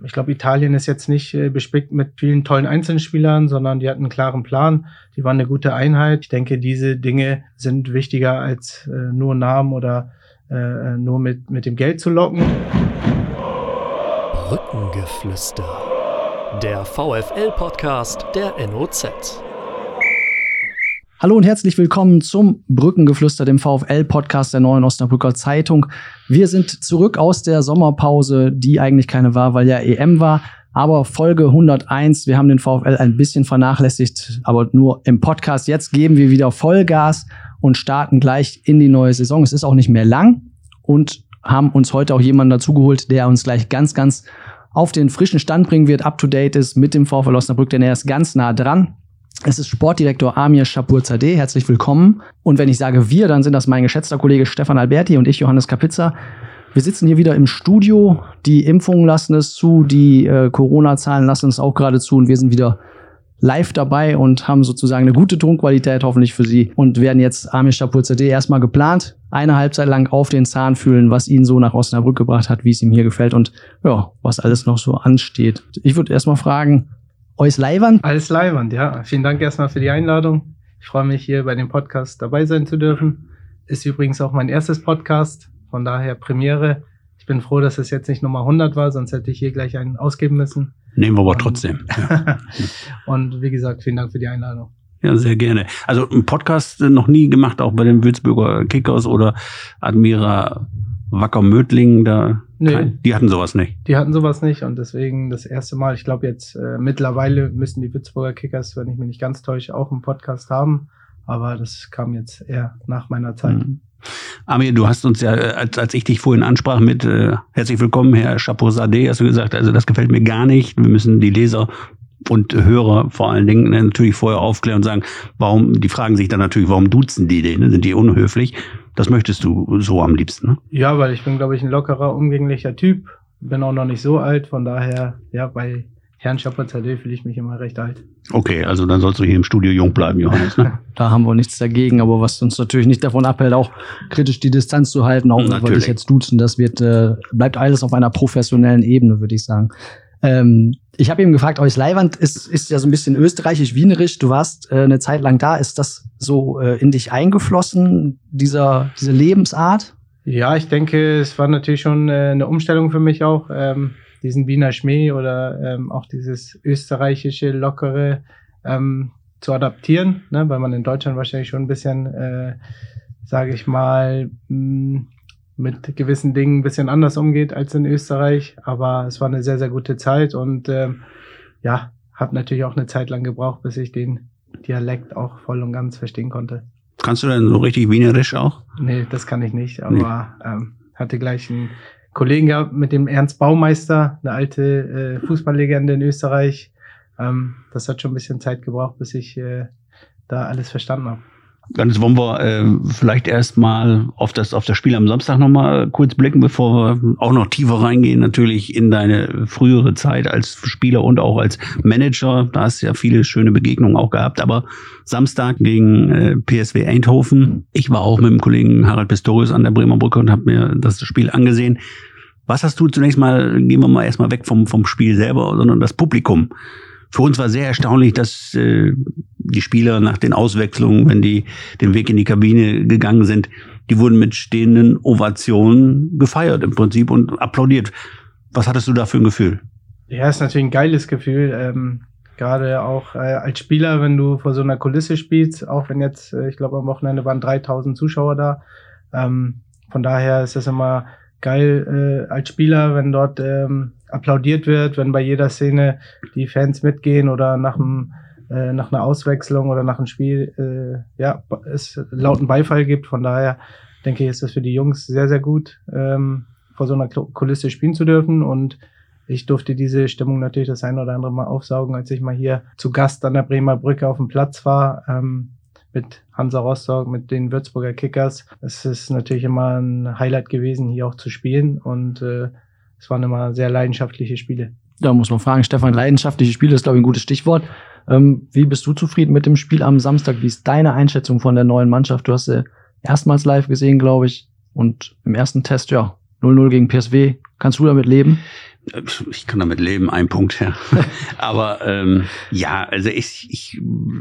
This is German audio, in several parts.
ich glaube, Italien ist jetzt nicht bespickt mit vielen tollen Einzelspielern, sondern die hatten einen klaren Plan. Die waren eine gute Einheit. Ich denke, diese Dinge sind wichtiger als nur Namen oder nur mit dem Geld zu locken. Brückengeflüster. Der VfL-Podcast der NOZ. Hallo und herzlich willkommen zum Brückengeflüster, dem VfL-Podcast der Neuen Osnabrücker Zeitung. Wir sind zurück aus der Sommerpause, die eigentlich keine war, weil ja EM war. Aber Folge 101, wir haben den VfL ein bisschen vernachlässigt, aber nur im Podcast. Jetzt geben wir wieder Vollgas und starten gleich in die neue Saison. Es ist auch nicht mehr lang und haben uns heute auch jemanden dazugeholt, der uns gleich ganz auf den frischen Stand bringen wird, up to date ist mit dem VfL Osnabrück, denn er ist ganz nah dran. Es ist Sportdirektor Amir Shapurzadeh. Herzlich willkommen. Und wenn ich sage wir, dann sind das mein geschätzter Kollege Stefan Alberti und ich, Johannes Kapitzer. Wir sitzen hier wieder im Studio. Die Impfungen lassen es zu, die Corona-Zahlen lassen es auch gerade zu und wir sind wieder live dabei und haben sozusagen eine gute Tonqualität hoffentlich für Sie und werden jetzt Amir Shapurzadeh erstmal geplant eine Halbzeit lang auf den Zahn fühlen, was ihn so nach Osnabrück gebracht hat, wie es ihm hier gefällt und ja, was alles noch so ansteht. Ich würde erstmal fragen, Alles Leiwand? Alles Leiwand, ja. Vielen Dank erstmal für die Einladung. Ich freue mich, hier bei dem Podcast dabei sein zu dürfen. Ist übrigens auch mein erstes Podcast, von daher Premiere. Ich bin froh, dass es jetzt nicht Nummer 100 war, sonst hätte ich hier gleich einen ausgeben müssen. Nehmen wir aber trotzdem. Ja. Und wie gesagt, vielen Dank für die Einladung. Ja, sehr gerne. Also ein Podcast noch nie gemacht, auch bei den Würzburger Kickers oder Admira Wacker-Mödling, die hatten sowas nicht. Die hatten sowas nicht und deswegen das erste Mal, ich glaube jetzt mittlerweile müssen die Würzburger Kickers, wenn ich mich nicht ganz täusche, auch einen Podcast haben, aber das kam jetzt eher nach meiner Zeit. Mhm. Amir, du hast uns ja, als ich dich vorhin ansprach mit herzlich willkommen, Herr Shapurzadeh, hast du gesagt, also das gefällt mir gar nicht, wir müssen die Leser und Hörer vor allen Dingen natürlich vorher aufklären und sagen, die fragen sich dann natürlich, warum duzen die den, sind die unhöflich? Das möchtest du so am liebsten, ne? Ja, weil ich bin, glaube ich, ein lockerer, umgänglicher Typ. Bin auch noch nicht so alt, von daher, ja, bei Herrn Shapurzadeh fühle ich mich immer recht alt. Okay, also dann sollst du hier im Studio jung bleiben, Johannes, ne? Da haben wir nichts dagegen, aber was uns natürlich nicht davon abhält, auch kritisch die Distanz zu halten, auch weil ich jetzt duzen, das bleibt alles auf einer professionellen Ebene, würde ich sagen. Ich habe eben gefragt, Alles Leiwand ist ja so ein bisschen österreichisch-wienerisch. Du warst eine Zeit lang da. Ist das so in dich eingeflossen, diese Lebensart? Ja, ich denke, es war natürlich schon eine Umstellung für mich auch, diesen Wiener Schmäh oder auch dieses österreichische, lockere zu adaptieren, ne? Weil man in Deutschland wahrscheinlich schon ein bisschen, sage ich mal, mit gewissen Dingen ein bisschen anders umgeht als in Österreich, aber es war eine sehr, sehr gute Zeit und habe natürlich auch eine Zeit lang gebraucht, bis ich den Dialekt auch voll und ganz verstehen konnte. Kannst du denn so richtig wienerisch auch? Nee, das kann ich nicht, aber hatte gleich einen Kollegen gehabt mit dem Ernst Baumeister, eine alte Fußballlegende in Österreich. Das hat schon ein bisschen Zeit gebraucht, bis ich da alles verstanden habe. Dann wollen wir vielleicht erstmal auf das Spiel am Samstag nochmal kurz blicken, bevor wir auch noch tiefer reingehen, natürlich in deine frühere Zeit als Spieler und auch als Manager. Da hast du ja viele schöne Begegnungen auch gehabt, aber Samstag gegen PSV Eindhoven. Ich war auch mit dem Kollegen Harald Pistorius an der Bremer Brücke und habe mir das Spiel angesehen. Was hast du zunächst mal, gehen wir mal erstmal weg vom Spiel selber, sondern das Publikum. Für uns war sehr erstaunlich, dass die Spieler nach den Auswechslungen, wenn die den Weg in die Kabine gegangen sind, die wurden mit stehenden Ovationen gefeiert im Prinzip und applaudiert. Was hattest du da für ein Gefühl? Ja, ist natürlich ein geiles Gefühl. Gerade auch als Spieler, wenn du vor so einer Kulisse spielst, auch wenn jetzt, ich glaube am Wochenende waren 3000 Zuschauer da. Von daher ist es immer geil als Spieler, wenn dort applaudiert wird, wenn bei jeder Szene die Fans mitgehen oder nach einer Auswechslung oder nach einem Spiel es lauten Beifall gibt. Von daher denke ich, ist das für die Jungs sehr, sehr gut, vor so einer Kulisse spielen zu dürfen. Und ich durfte diese Stimmung natürlich das ein oder andere Mal aufsaugen, als ich mal hier zu Gast an der Bremer Brücke auf dem Platz war, mit Hansa Rostock, mit den Würzburger Kickers. Es ist natürlich immer ein Highlight gewesen, hier auch zu spielen und es waren immer sehr leidenschaftliche Spiele. Da muss man fragen, Stefan, leidenschaftliche Spiele ist, glaube ich, ein gutes Stichwort. Wie bist du zufrieden mit dem Spiel am Samstag? Wie ist deine Einschätzung von der neuen Mannschaft? Du hast sie erstmals live gesehen, glaube ich, und im ersten Test, 0-0 gegen PSV. Kannst du damit leben? Ich kann damit leben, ein Punkt, ja. Aber also ich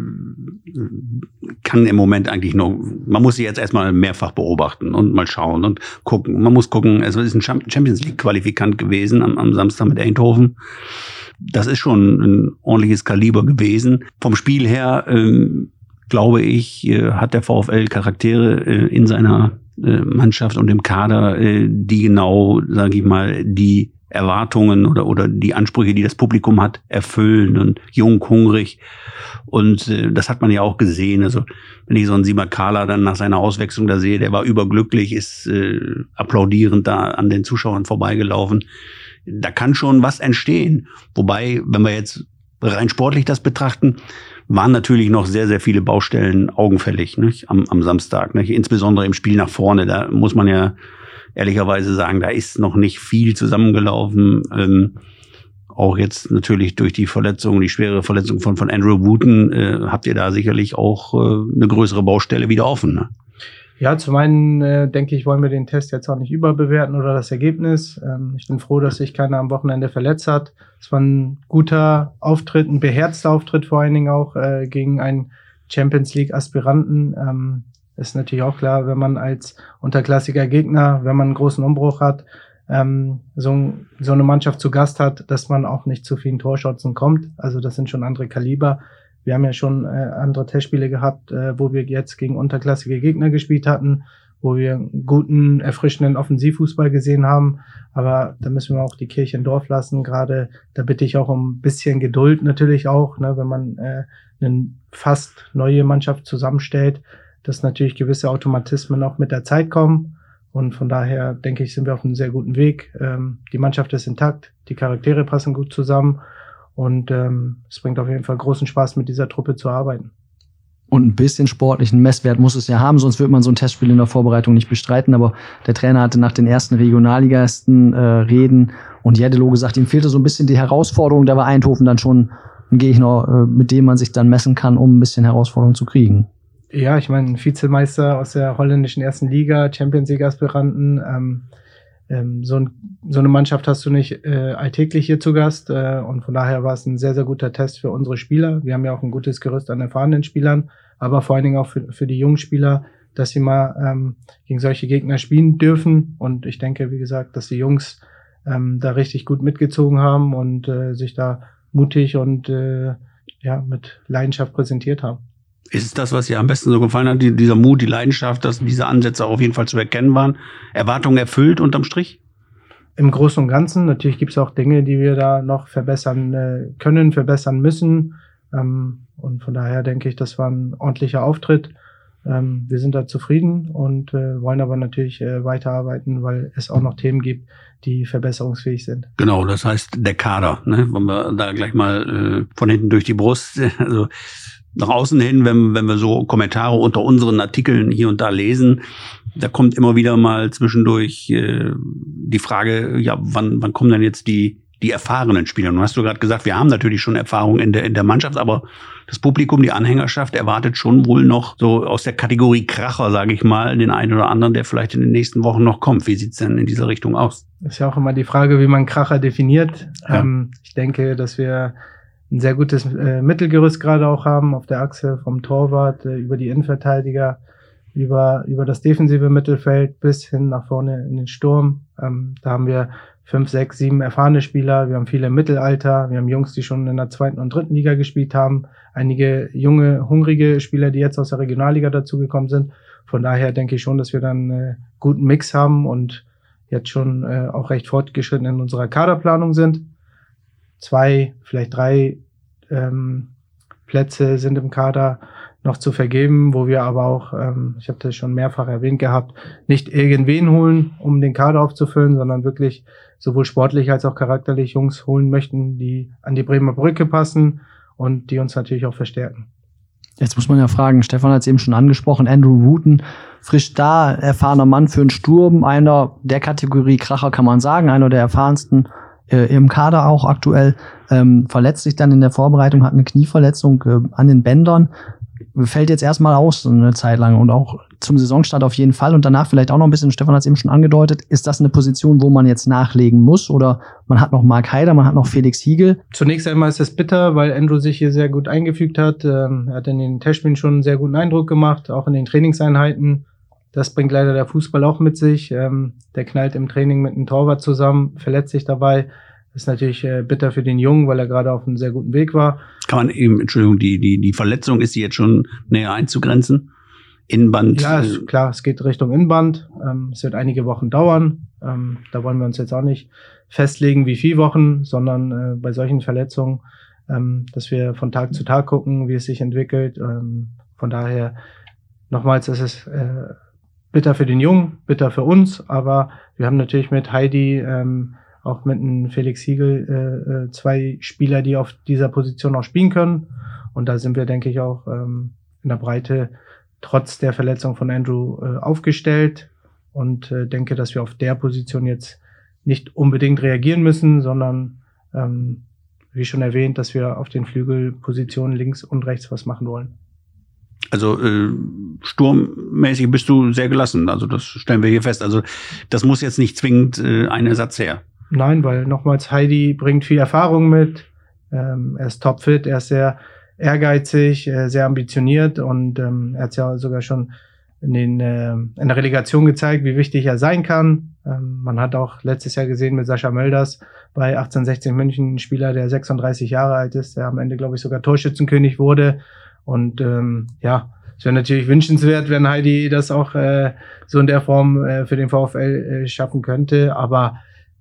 kann im Moment eigentlich nur, man muss sie jetzt erstmal mehrfach beobachten und mal schauen und gucken. Man muss gucken, es ist ein Champions League Qualifikant gewesen am Samstag mit Eindhoven. Das ist schon ein ordentliches Kaliber gewesen. Vom Spiel her, glaube ich, hat der VfL Charaktere in seiner Mannschaft und im Kader, die genau, sage ich mal, die Erwartungen oder die Ansprüche, die das Publikum hat, erfüllen und jung, hungrig. Und das hat man ja auch gesehen. Also wenn ich so einen Simakala dann nach seiner Auswechslung da sehe, der war überglücklich, ist applaudierend da an den Zuschauern vorbeigelaufen. Da kann schon was entstehen. Wobei, wenn wir jetzt rein sportlich das betrachten, waren natürlich noch sehr, sehr viele Baustellen augenfällig, nicht? Am Samstag, nicht? Insbesondere im Spiel nach vorne. Da muss man ja ehrlicherweise sagen, da ist noch nicht viel zusammengelaufen. Auch jetzt natürlich durch die Verletzung, die schwere Verletzung von Andrew Wooten, habt ihr da sicherlich auch eine größere Baustelle wieder offen, ne? Ja, zum einen denke ich, wollen wir den Test jetzt auch nicht überbewerten oder das Ergebnis. Ich bin froh, dass sich keiner am Wochenende verletzt hat. Es war ein guter Auftritt, ein beherzter Auftritt vor allen Dingen auch gegen einen Champions League Aspiranten. Ist natürlich auch klar, wenn man als unterklassiger Gegner, wenn man einen großen Umbruch hat, so eine Mannschaft zu Gast hat, dass man auch nicht zu vielen Torchancen kommt. Also das sind schon andere Kaliber. Wir haben ja schon andere Testspiele gehabt, wo wir jetzt gegen unterklassige Gegner gespielt hatten, wo wir einen guten, erfrischenden Offensivfußball gesehen haben. Aber da müssen wir auch die Kirche im Dorf lassen. Gerade da bitte ich auch um ein bisschen Geduld natürlich auch, ne, wenn man eine fast neue Mannschaft zusammenstellt, dass natürlich gewisse Automatismen auch mit der Zeit kommen. Und von daher, denke ich, sind wir auf einem sehr guten Weg. Die Mannschaft ist intakt, die Charaktere passen gut zusammen. Und es bringt auf jeden Fall großen Spaß, mit dieser Truppe zu arbeiten. Und ein bisschen sportlichen Messwert muss es ja haben, sonst wird man so ein Testspiel in der Vorbereitung nicht bestreiten. Aber der Trainer hatte nach den ersten Regionalligisten Reden und Jeddelo gesagt, ihm fehlte so ein bisschen die Herausforderung. Da war Eindhoven dann schon ein Gegner, mit dem man sich dann messen kann, um ein bisschen Herausforderung zu kriegen. Ja, ich meine, Vizemeister aus der holländischen ersten Liga, Champions League Aspiranten, so eine Mannschaft hast du nicht alltäglich hier zu Gast und von daher war es ein sehr, sehr guter Test für unsere Spieler. Wir haben ja auch ein gutes Gerüst an erfahrenen Spielern, aber vor allen Dingen auch für die jungen Spieler, dass sie mal gegen solche Gegner spielen dürfen. Und ich denke, wie gesagt, dass die Jungs da richtig gut mitgezogen haben und sich da mutig und mit Leidenschaft präsentiert haben. Ist es das, was dir am besten so gefallen hat, dieser Mut, die Leidenschaft, dass diese Ansätze auf jeden Fall zu erkennen waren? Erwartungen erfüllt unterm Strich? Im Großen und Ganzen. Natürlich gibt es auch Dinge, die wir da noch verbessern können, verbessern müssen. Und von daher denke ich, das war ein ordentlicher Auftritt. Wir sind da zufrieden und wollen aber natürlich weiterarbeiten, weil es auch noch Themen gibt, die verbesserungsfähig sind. Genau, das heißt der Kader, ne? Wollen wir da gleich mal von hinten durch die Brust, also nach außen hin, wenn wir so Kommentare unter unseren Artikeln hier und da lesen, da kommt immer wieder mal zwischendurch die Frage, ja, wann kommen denn jetzt die erfahrenen Spieler? Nun hast du gerade gesagt, wir haben natürlich schon Erfahrung in der Mannschaft, aber das Publikum, die Anhängerschaft erwartet schon wohl noch so aus der Kategorie Kracher, sage ich mal, den einen oder anderen, der vielleicht in den nächsten Wochen noch kommt. Wie sieht's denn in dieser Richtung aus? Das ist ja auch immer die Frage, wie man Kracher definiert. Ja. Ich denke, dass wir ein sehr gutes Mittelgerüst gerade auch haben auf der Achse vom Torwart über die Innenverteidiger, über das defensive Mittelfeld bis hin nach vorne in den Sturm. Da haben wir 5, 6, 7 erfahrene Spieler. Wir haben viele im Mittelalter. Wir haben Jungs, die schon in der 2. und 3. Liga gespielt haben. Einige junge, hungrige Spieler, die jetzt aus der Regionalliga dazugekommen sind. Von daher denke ich schon, dass wir dann einen guten Mix haben und jetzt schon auch recht fortgeschritten in unserer Kaderplanung sind. 2, vielleicht 3 Plätze sind im Kader noch zu vergeben, wo wir aber auch, ich habe das schon mehrfach erwähnt gehabt, nicht irgendwen holen, um den Kader aufzufüllen, sondern wirklich sowohl sportlich als auch charakterlich Jungs holen möchten, die an die Bremer Brücke passen und die uns natürlich auch verstärken. Jetzt muss man ja fragen, Stefan hat es eben schon angesprochen, Andrew Wooten, frisch da, erfahrener Mann für einen Sturm, einer der Kategorie Kracher kann man sagen, einer der erfahrensten im Kader auch aktuell, verletzt sich dann in der Vorbereitung, hat eine Knieverletzung an den Bändern. fällt jetzt erstmal aus eine Zeit lang und auch zum Saisonstart auf jeden Fall und danach vielleicht auch noch ein bisschen, Stefan hat es eben schon angedeutet, ist das eine Position, wo man jetzt nachlegen muss oder man hat noch Marc Haider, man hat noch Felix Hiegel? Zunächst einmal ist es bitter, weil Andrew sich hier sehr gut eingefügt hat. Er hat in den Testspielen schon einen sehr guten Eindruck gemacht, auch in den Trainingseinheiten. Das bringt leider der Fußball auch mit sich. Der knallt im Training mit einem Torwart zusammen, verletzt sich dabei. Das ist natürlich bitter für den Jungen, weil er gerade auf einem sehr guten Weg war. Kann man eben, Entschuldigung, die Verletzung, ist die jetzt schon näher einzugrenzen? Innenband? Ja, ist klar, es geht Richtung Innenband. Es wird einige Wochen dauern. Da wollen wir uns jetzt auch nicht festlegen, wie viele Wochen, sondern bei solchen Verletzungen, dass wir von Tag zu Tag gucken, wie es sich entwickelt. Von daher, nochmals, es ist bitter für den Jungen, bitter für uns, aber wir haben natürlich mit Heidi, auch mit einem Felix Hiegel, zwei Spieler, die auf dieser Position auch spielen können. Und da sind wir, denke ich, auch in der Breite trotz der Verletzung von Andrew aufgestellt und denke, dass wir auf der Position jetzt nicht unbedingt reagieren müssen, sondern wie schon erwähnt, dass wir auf den Flügelpositionen links und rechts was machen wollen. Also sturmmäßig bist du sehr gelassen, also das stellen wir hier fest. Also das muss jetzt nicht zwingend ein Ersatz her. Nein, weil nochmals Heidi bringt viel Erfahrung mit, er ist topfit, er ist sehr ehrgeizig, sehr ambitioniert und er hat ja sogar schon in der Relegation gezeigt, wie wichtig er sein kann. Man hat auch letztes Jahr gesehen mit Sascha Mölders bei 1860 München einen Spieler, der 36 Jahre alt ist, der am Ende, glaube ich, sogar Torschützenkönig wurde. Und ja, es wäre natürlich wünschenswert, wenn Heidi das auch so in der Form für den VfL schaffen könnte. Aber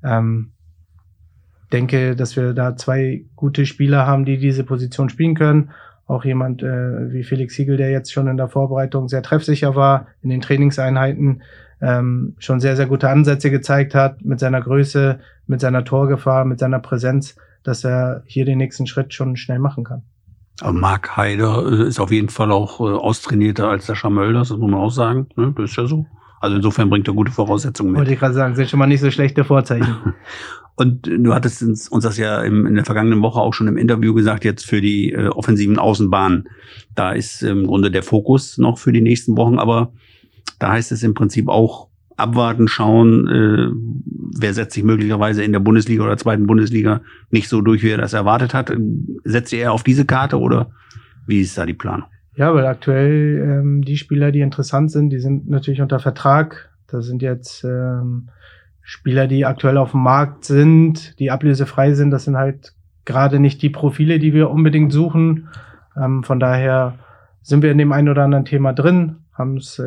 denke, dass wir da zwei gute Spieler haben, die diese Position spielen können. Auch jemand wie Felix Hiegel, der jetzt schon in der Vorbereitung sehr treffsicher war, in den Trainingseinheiten schon sehr, sehr gute Ansätze gezeigt hat, mit seiner Größe, mit seiner Torgefahr, mit seiner Präsenz, dass er hier den nächsten Schritt schon schnell machen kann. Aber Marc Haider ist auf jeden Fall auch austrainierter als Sascha Mölders, das muss man auch sagen. Ne? Das ist ja so. Also insofern bringt er gute Voraussetzungen mit. Wollte ich gerade sagen, sind schon mal nicht so schlechte Vorzeichen. Und du hattest uns das ja in der vergangenen Woche auch schon im Interview gesagt, jetzt für die offensiven Außenbahnen. Da ist im Grunde der Fokus noch für die nächsten Wochen, aber da heißt es im Prinzip auch abwarten, schauen, wer setzt sich möglicherweise in der Bundesliga oder zweiten Bundesliga nicht so durch, wie er das erwartet hat. Setzt ihr auf diese Karte oder wie ist da die Planung? Ja, weil aktuell die Spieler, die interessant sind, die sind natürlich unter Vertrag. Da sind jetzt Spieler, die aktuell auf dem Markt sind, die ablösefrei sind. Das sind halt gerade nicht die Profile, die wir unbedingt suchen. Von daher sind wir in dem einen oder anderen Thema drin, haben es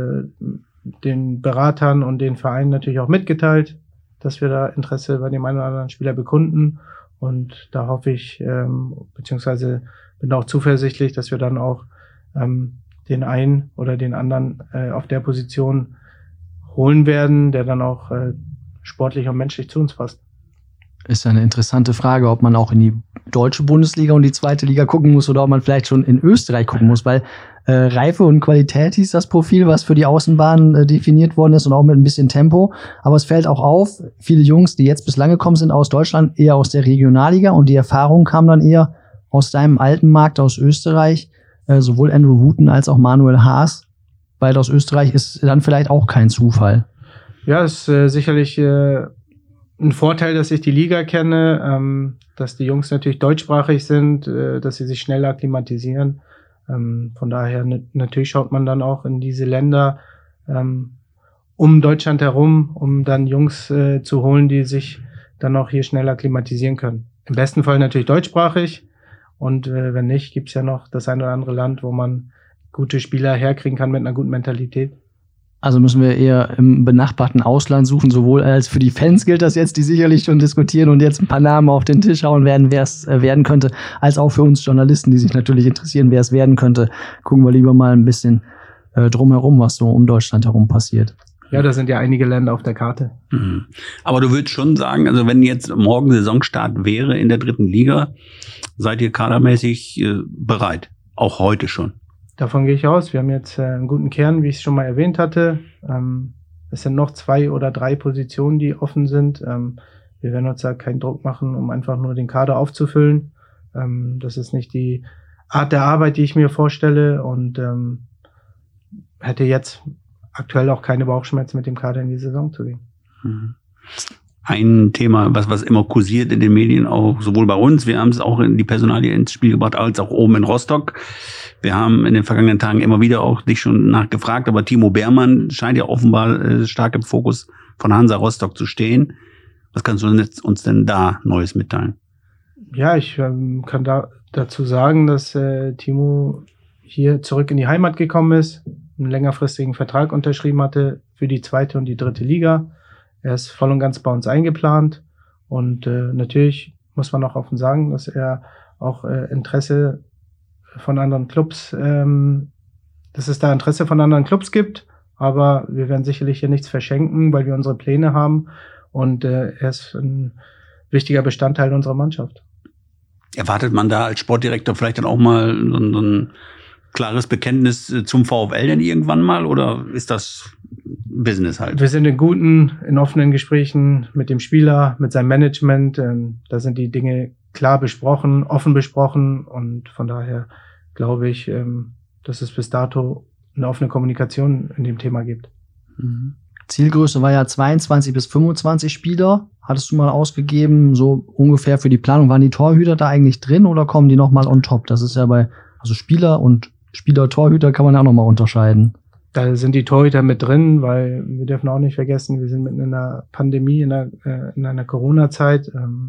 den Beratern und den Vereinen natürlich auch mitgeteilt, dass wir da Interesse bei dem einen oder anderen Spieler bekunden. Und da hoffe ich, beziehungsweise bin auch zuversichtlich, dass wir dann auch den einen oder den anderen auf der Position holen werden, der dann auch sportlich und menschlich zu uns passt. Ist eine interessante Frage, ob man auch in die deutsche Bundesliga und die zweite Liga gucken muss oder ob man vielleicht schon in Österreich gucken muss, weil Reife und Qualität hieß das Profil, was für die Außenbahn definiert worden ist und auch mit ein bisschen Tempo. Aber es fällt auch auf, viele Jungs, die jetzt bislang gekommen sind aus Deutschland, eher aus der Regionalliga und die Erfahrung kam dann eher aus deinem alten Markt aus Österreich, sowohl Andrew Wooten als auch Manuel Haas, weil aus Österreich ist dann vielleicht auch kein Zufall. Ja, es ist sicherlich ein Vorteil, dass ich die Liga kenne, dass die Jungs natürlich deutschsprachig sind, dass sie sich schnell akklimatisieren. Von daher natürlich schaut man dann auch in diese Länder um Deutschland herum, um dann Jungs zu holen, die sich dann auch hier schnell akklimatisieren können. Im besten Fall natürlich deutschsprachig und wenn nicht, gibt's ja noch das ein oder andere Land, wo man gute Spieler herkriegen kann mit einer guten Mentalität. Also müssen wir eher im benachbarten Ausland suchen, sowohl als für die Fans gilt das jetzt, die sicherlich schon diskutieren und jetzt ein paar Namen auf den Tisch hauen werden, wer es werden könnte, als auch für uns Journalisten, die sich natürlich interessieren, wer es werden könnte. Gucken wir lieber mal ein bisschen drumherum, was so um Deutschland herum passiert. Ja, da sind ja einige Länder auf der Karte. Mhm. Aber du würdest schon sagen, also wenn jetzt morgen Saisonstart wäre in der dritten Liga, seid ihr kadermäßig bereit? Auch heute schon? Davon gehe ich aus. Wir haben jetzt einen guten Kern, wie ich es schon mal erwähnt hatte. Es sind noch 2 oder 3 Positionen, die offen sind. Wir werden uns da keinen Druck machen, um einfach nur den Kader aufzufüllen. Das ist nicht die Art der Arbeit, die ich mir vorstelle, und hätte jetzt aktuell auch keine Bauchschmerzen, mit dem Kader in die Saison zu gehen. Ein Thema, was immer kursiert in den Medien, auch sowohl bei uns, wir haben es auch in die Personalie ins Spiel gebracht, als auch oben in Rostock. Wir haben in den vergangenen Tagen immer wieder auch dich schon nachgefragt, aber Timo Beermann scheint ja offenbar stark im Fokus von Hansa Rostock zu stehen. Was kannst du uns denn da Neues mitteilen? Ja, ich kann dazu sagen, dass Timo hier zurück in die Heimat gekommen ist, einen längerfristigen Vertrag unterschrieben hatte für die 2. und die 3. Liga. Er ist voll und ganz bei uns eingeplant, und natürlich muss man auch offen sagen, dass er auch Interesse von anderen Clubs, dass es da Interesse von anderen Clubs gibt, aber wir werden sicherlich hier nichts verschenken, weil wir unsere Pläne haben, und er ist ein wichtiger Bestandteil unserer Mannschaft. Erwartet man da als Sportdirektor vielleicht dann auch mal so ein klares Bekenntnis zum VfL denn irgendwann mal, oder ist das Business halt? Wir sind in offenen Gesprächen mit dem Spieler, mit seinem Management. Da sind die Dinge klar besprochen, offen besprochen, und von daher glaube ich, dass es bis dato eine offene Kommunikation in dem Thema gibt. Zielgröße war ja 22 bis 25 Spieler. Hattest du mal ausgegeben, so ungefähr für die Planung? Waren die Torhüter da eigentlich drin oder kommen die nochmal on top? Das ist ja also Spieler und Spieler-Torhüter kann man ja auch nochmal unterscheiden. Da sind die Torhüter mit drin, weil wir dürfen auch nicht vergessen, wir sind mitten in einer Pandemie, in einer Corona-Zeit.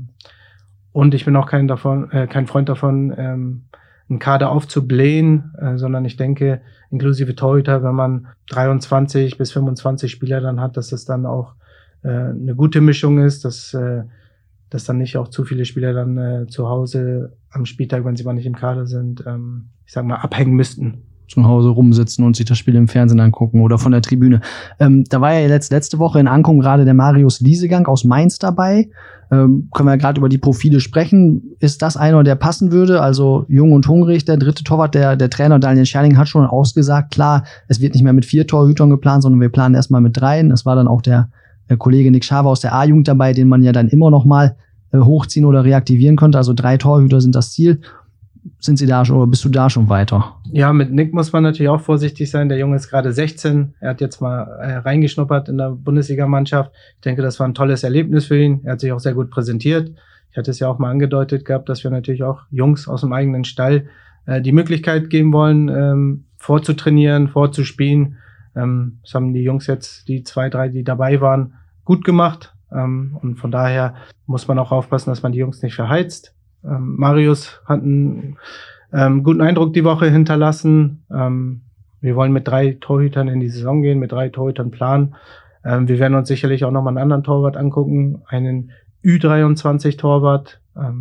Und ich bin auch kein Freund davon, einen Kader aufzublähen, sondern ich denke, inklusive Torhüter, wenn man 23 bis 25 Spieler dann hat, dass das dann auch eine gute Mischung ist, dass dann nicht auch zu viele Spieler dann zu Hause am Spieltag, wenn sie mal nicht im Kader sind, ich sag mal, abhängen müssten. Zu Hause rumsitzen und sich das Spiel im Fernsehen angucken oder von der Tribüne. Da war ja letzte Woche in Ankung gerade der Marius Liesegang aus Mainz dabei. Können wir gerade über die Profile sprechen. Ist das einer, der passen würde? Also jung und hungrig, der 3. Torwart, der Trainer Daniel Scherling hat schon ausgesagt, klar, es wird nicht mehr mit 4 Torhütern geplant, sondern wir planen erstmal mit 3. Es war dann auch der Kollege Nick Schaver aus der A-Jugend dabei, den man ja dann immer noch mal hochziehen oder reaktivieren könnte. Also 3 Torhüter sind das Ziel. Sind Sie da schon oder bist du da schon weiter? Ja, mit Nick muss man natürlich auch vorsichtig sein. Der Junge ist gerade 16. Er hat jetzt mal reingeschnuppert in der Bundesligamannschaft. Ich denke, das war ein tolles Erlebnis für ihn. Er hat sich auch sehr gut präsentiert. Ich hatte es ja auch mal angedeutet gehabt, dass wir natürlich auch Jungs aus dem eigenen Stall die Möglichkeit geben wollen, vorzutrainieren, vorzuspielen. Das haben die Jungs jetzt, die 2, 3, die dabei waren, gut gemacht. Und von daher muss man auch aufpassen, dass man die Jungs nicht verheizt. Marius hat einen guten Eindruck die Woche hinterlassen. Wir wollen mit 3 Torhütern in die Saison gehen, mit 3 Torhütern planen. Wir werden uns sicherlich auch nochmal einen anderen Torwart angucken, einen Ü23-Torwart.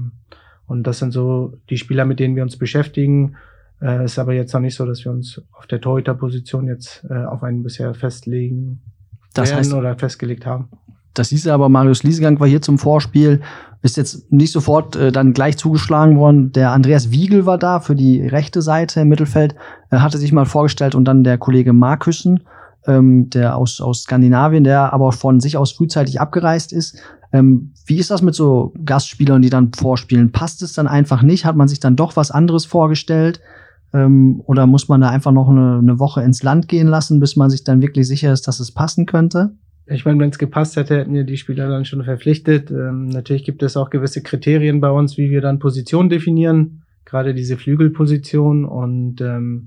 Und das sind so die Spieler, mit denen wir uns beschäftigen. Ist aber jetzt noch nicht so, dass wir uns auf der Torhüterposition jetzt auf einen bisher festlegen oder festgelegt haben. Das hieß aber, Marius Liesegang war hier zum Vorspiel, ist jetzt nicht sofort dann gleich zugeschlagen worden. Der Andreas Wiegel war da für die rechte Seite im Mittelfeld, hatte sich mal vorgestellt, und dann der Kollege Marküssen, der aus Skandinavien, der aber von sich aus frühzeitig abgereist ist. Wie ist das mit so Gastspielern, die dann vorspielen? Passt es dann einfach nicht? Hat man sich dann doch was anderes vorgestellt? Oder muss man da einfach noch eine Woche ins Land gehen lassen, bis man sich dann wirklich sicher ist, dass es passen könnte? Ich meine, wenn es gepasst hätte, hätten wir die Spieler dann schon verpflichtet. Natürlich gibt es auch gewisse Kriterien bei uns, wie wir dann Positionen definieren, gerade diese Flügelposition. Und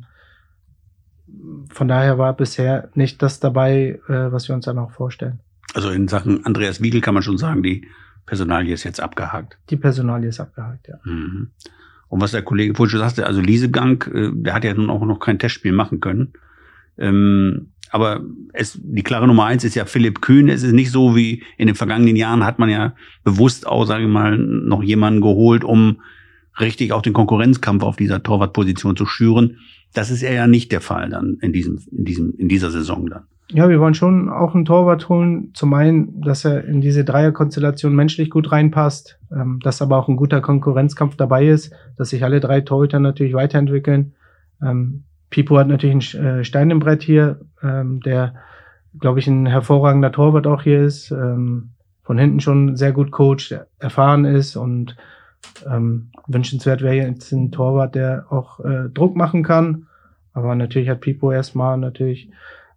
von daher war bisher nicht das dabei, was wir uns dann auch vorstellen. Also in Sachen Andreas Wiegel kann man schon sagen, die Personalie ist jetzt abgehakt. Die Personalie ist abgehakt, ja. Mhm. Und was der Kollege vorhin schon sagte, also Liesegang, der hat ja nun auch noch kein Testspiel machen können. Aber die klare Nummer 1 ist ja Philipp Kühn. Es ist nicht so wie in den vergangenen Jahren, hat man ja bewusst auch, sage ich mal, noch jemanden geholt, um richtig auch den Konkurrenzkampf auf dieser Torwartposition zu schüren. Das ist ja nicht der Fall dann in dieser Saison dann. Ja, wir wollen schon auch einen Torwart holen. Zum einen, dass er in diese Dreierkonstellation menschlich gut reinpasst, dass aber auch ein guter Konkurrenzkampf dabei ist, dass sich alle 3 Torhüter natürlich weiterentwickeln. Pipo hat natürlich ein Stein im Brett hier, der, glaube ich, ein hervorragender Torwart auch hier ist, von hinten schon sehr gut coacht, erfahren ist, und Wünschenswert wäre jetzt ein Torwart, der auch Druck machen kann. Aber natürlich hat Pipo erstmal natürlich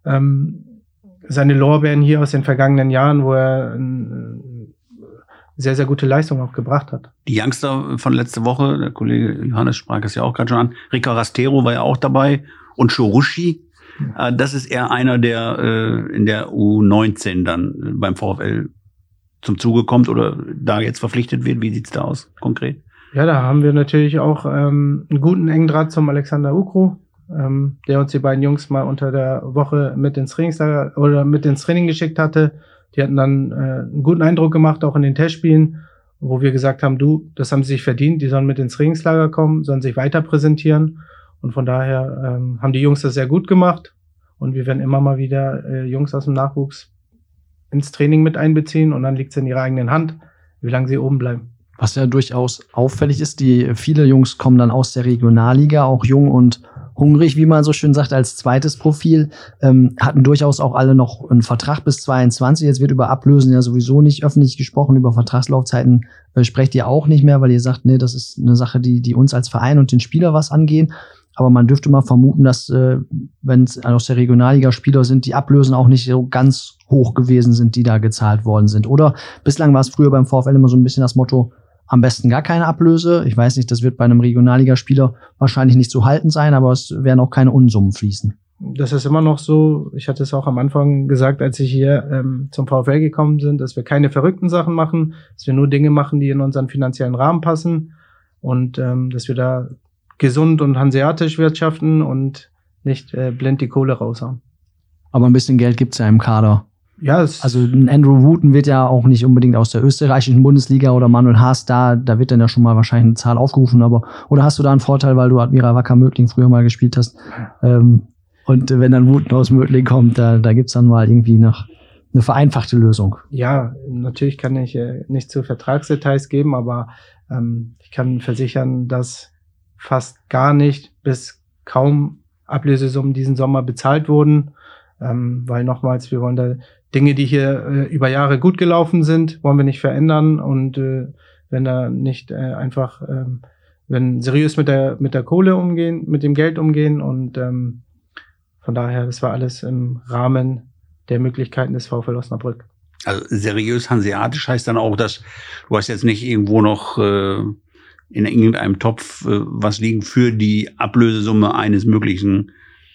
seine Lorbeeren hier aus den vergangenen Jahren, wo er sehr, sehr gute Leistung auch gebracht hat. Die Youngster von letzte Woche, der Kollege Johannes sprach es ja auch gerade schon an, Rica Rastero war ja auch dabei und Chorushi. Das ist eher einer, der in der U19 dann beim VfL zum Zuge kommt oder da jetzt verpflichtet wird. Wie sieht's da aus konkret? Ja, da haben wir natürlich auch einen guten engen Draht zum Alexander Ukru, der uns die beiden Jungs mal unter der Woche mit ins Trainingslager oder mit ins Training geschickt hatte. Die hatten dann einen guten Eindruck gemacht, auch in den Testspielen, wo wir gesagt haben, das haben sie sich verdient, die sollen mit ins Trainingslager kommen, sollen sich weiter präsentieren. Und von daher haben die Jungs das sehr gut gemacht. Und wir werden immer mal wieder Jungs aus dem Nachwuchs ins Training mit einbeziehen. Und dann liegt es in ihrer eigenen Hand, wie lange sie oben bleiben. Was ja durchaus auffällig ist, viele Jungs kommen dann aus der Regionalliga, auch jung und hungrig, wie man so schön sagt, als zweites Profil, hatten durchaus auch alle noch einen Vertrag bis 22. Jetzt wird über Ablösen ja sowieso nicht öffentlich gesprochen, über Vertragslaufzeiten sprecht ihr auch nicht mehr, weil ihr sagt, nee, das ist eine Sache, die uns als Verein und den Spieler was angehen. Aber man dürfte mal vermuten, dass, wenn es aus der Regionalliga Spieler sind, die Ablösen auch nicht so ganz hoch gewesen sind, die da gezahlt worden sind. Oder bislang war es früher beim VfL immer so ein bisschen das Motto, am besten gar keine Ablöse. Ich weiß nicht, das wird bei einem Regionalligaspieler wahrscheinlich nicht zu halten sein, aber es werden auch keine Unsummen fließen. Das ist immer noch so. Ich hatte es auch am Anfang gesagt, als ich hier zum VfL gekommen bin, dass wir keine verrückten Sachen machen, dass wir nur Dinge machen, die in unseren finanziellen Rahmen passen und dass wir da gesund und hanseatisch wirtschaften und nicht blind die Kohle raushauen. Aber ein bisschen Geld gibt's ja im Kader. Ja, also ein Andrew Wooten wird ja auch nicht unbedingt aus der österreichischen Bundesliga oder Manuel Haas, da wird dann ja schon mal wahrscheinlich eine Zahl aufgerufen, aber oder hast du da einen Vorteil, weil du Admira Wacker Mödling früher mal gespielt hast? Und wenn dann Wooten aus Mödling kommt, da gibt's dann mal irgendwie noch eine vereinfachte Lösung. Ja, natürlich kann ich nicht zu Vertragsdetails geben, aber ich kann versichern, dass fast gar nicht bis kaum Ablösesummen diesen Sommer bezahlt wurden, weil nochmals, wir wollen da Dinge, die hier über Jahre gut gelaufen sind, wollen wir nicht verändern und wenn da nicht einfach, wenn seriös mit der Kohle umgehen, mit dem Geld umgehen und von daher, das war alles im Rahmen der Möglichkeiten des VfL Osnabrück. Also seriös hanseatisch heißt dann auch, dass du hast jetzt nicht irgendwo noch in irgendeinem Topf was liegen für die Ablösesumme eines möglichen,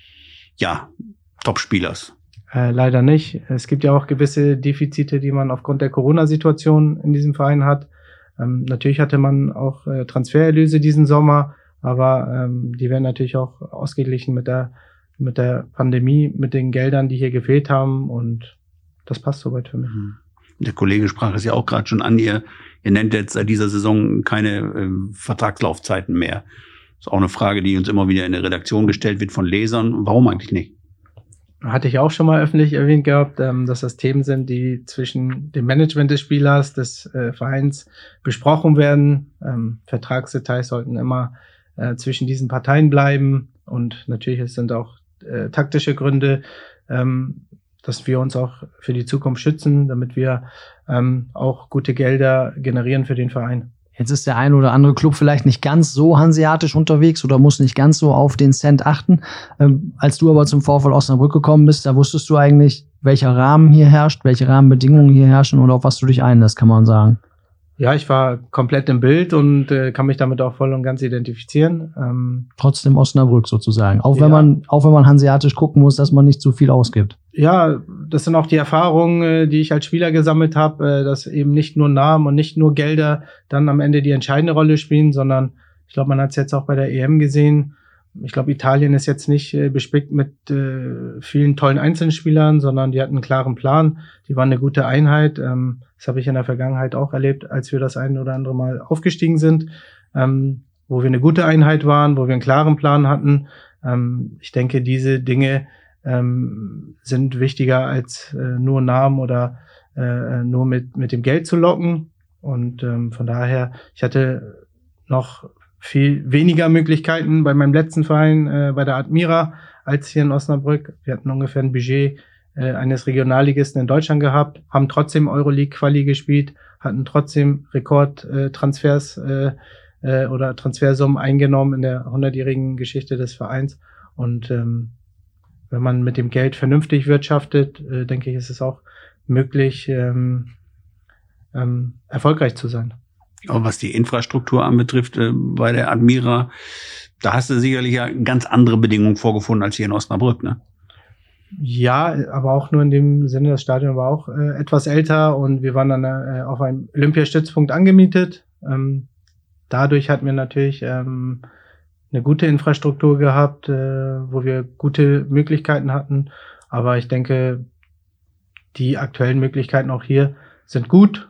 ja, Topspielers. Leider nicht. Es gibt ja auch gewisse Defizite, die man aufgrund der Corona-Situation in diesem Verein hat. Natürlich hatte man auch Transfererlöse diesen Sommer, aber die werden natürlich auch ausgeglichen mit der Pandemie, mit den Geldern, die hier gefehlt haben und das passt soweit für mich. Der Kollege sprach es ja auch gerade schon an, ihr nennt jetzt seit dieser Saison keine Vertragslaufzeiten mehr. Das ist auch eine Frage, die uns immer wieder in der Redaktion gestellt wird von Lesern. Warum eigentlich nicht? Hatte ich auch schon mal öffentlich erwähnt gehabt, dass das Themen sind, die zwischen dem Management des Spielers, des Vereins besprochen werden. Vertragsdetails sollten immer zwischen diesen Parteien bleiben und natürlich sind auch taktische Gründe, dass wir uns auch für die Zukunft schützen, damit wir auch gute Gelder generieren für den Verein. Jetzt ist der ein oder andere Club vielleicht nicht ganz so hanseatisch unterwegs oder muss nicht ganz so auf den Cent achten. Als du aber zum VfL Osnabrück gekommen bist, da wusstest du eigentlich, welcher Rahmen hier herrscht, welche Rahmenbedingungen hier herrschen und auf was du dich einlässt, kann man sagen. Ja, ich war komplett im Bild und kann mich damit auch voll und ganz identifizieren. Trotzdem Osnabrück sozusagen. Auch wenn man hanseatisch gucken muss, dass man nicht zu viel ausgibt. Ja, das sind auch die Erfahrungen, die ich als Spieler gesammelt habe, dass eben nicht nur Namen und nicht nur Gelder dann am Ende die entscheidende Rolle spielen, sondern ich glaube, man hat es jetzt auch bei der EM gesehen. Ich glaube, Italien ist jetzt nicht bespickt mit vielen tollen Einzelspielern, sondern die hatten einen klaren Plan. Die waren eine gute Einheit. Das habe ich in der Vergangenheit auch erlebt, als wir das ein oder andere Mal aufgestiegen sind, wo wir eine gute Einheit waren, wo wir einen klaren Plan hatten. Ich denke, diese Dinge sind wichtiger als nur Namen oder nur mit dem Geld zu locken. Und von daher, ich hatte noch viel weniger Möglichkeiten bei meinem letzten Verein, bei der Admira, als hier in Osnabrück. Wir hatten ungefähr ein Budget eines Regionalligisten in Deutschland gehabt, haben trotzdem Euroleague-Quali gespielt, hatten trotzdem Rekordtransfers oder Transfersummen eingenommen in der 100-jährigen Geschichte des Vereins. Und wenn man mit dem Geld vernünftig wirtschaftet, denke ich, ist es auch möglich, erfolgreich zu sein. Aber was die Infrastruktur anbetrifft, bei der Admira, da hast du sicherlich ja ganz andere Bedingungen vorgefunden als hier in Osnabrück, ne? Ja, aber auch nur in dem Sinne, das Stadion war auch etwas älter und wir waren dann auf einem Olympiastützpunkt angemietet. Dadurch hatten wir natürlich eine gute Infrastruktur gehabt, wo wir gute Möglichkeiten hatten. Aber ich denke, die aktuellen Möglichkeiten auch hier sind gut.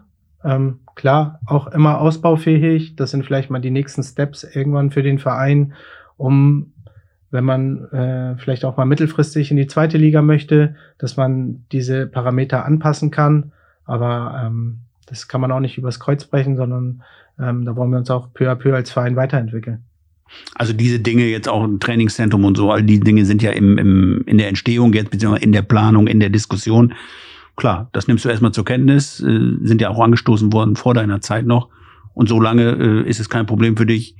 Klar, auch immer ausbaufähig. Das sind vielleicht mal die nächsten Steps irgendwann für den Verein, um, wenn man vielleicht auch mal mittelfristig in die 2. Liga möchte, dass man diese Parameter anpassen kann. Aber das kann man auch nicht übers Kreuz brechen, sondern da wollen wir uns auch peu à peu als Verein weiterentwickeln. Also diese Dinge jetzt auch im Trainingszentrum und so, all die Dinge sind ja in der Entstehung jetzt, beziehungsweise in der Planung, in der Diskussion. Klar, das nimmst du erstmal zur Kenntnis, sind ja auch angestoßen worden vor deiner Zeit noch. Und solange ist es kein Problem für dich,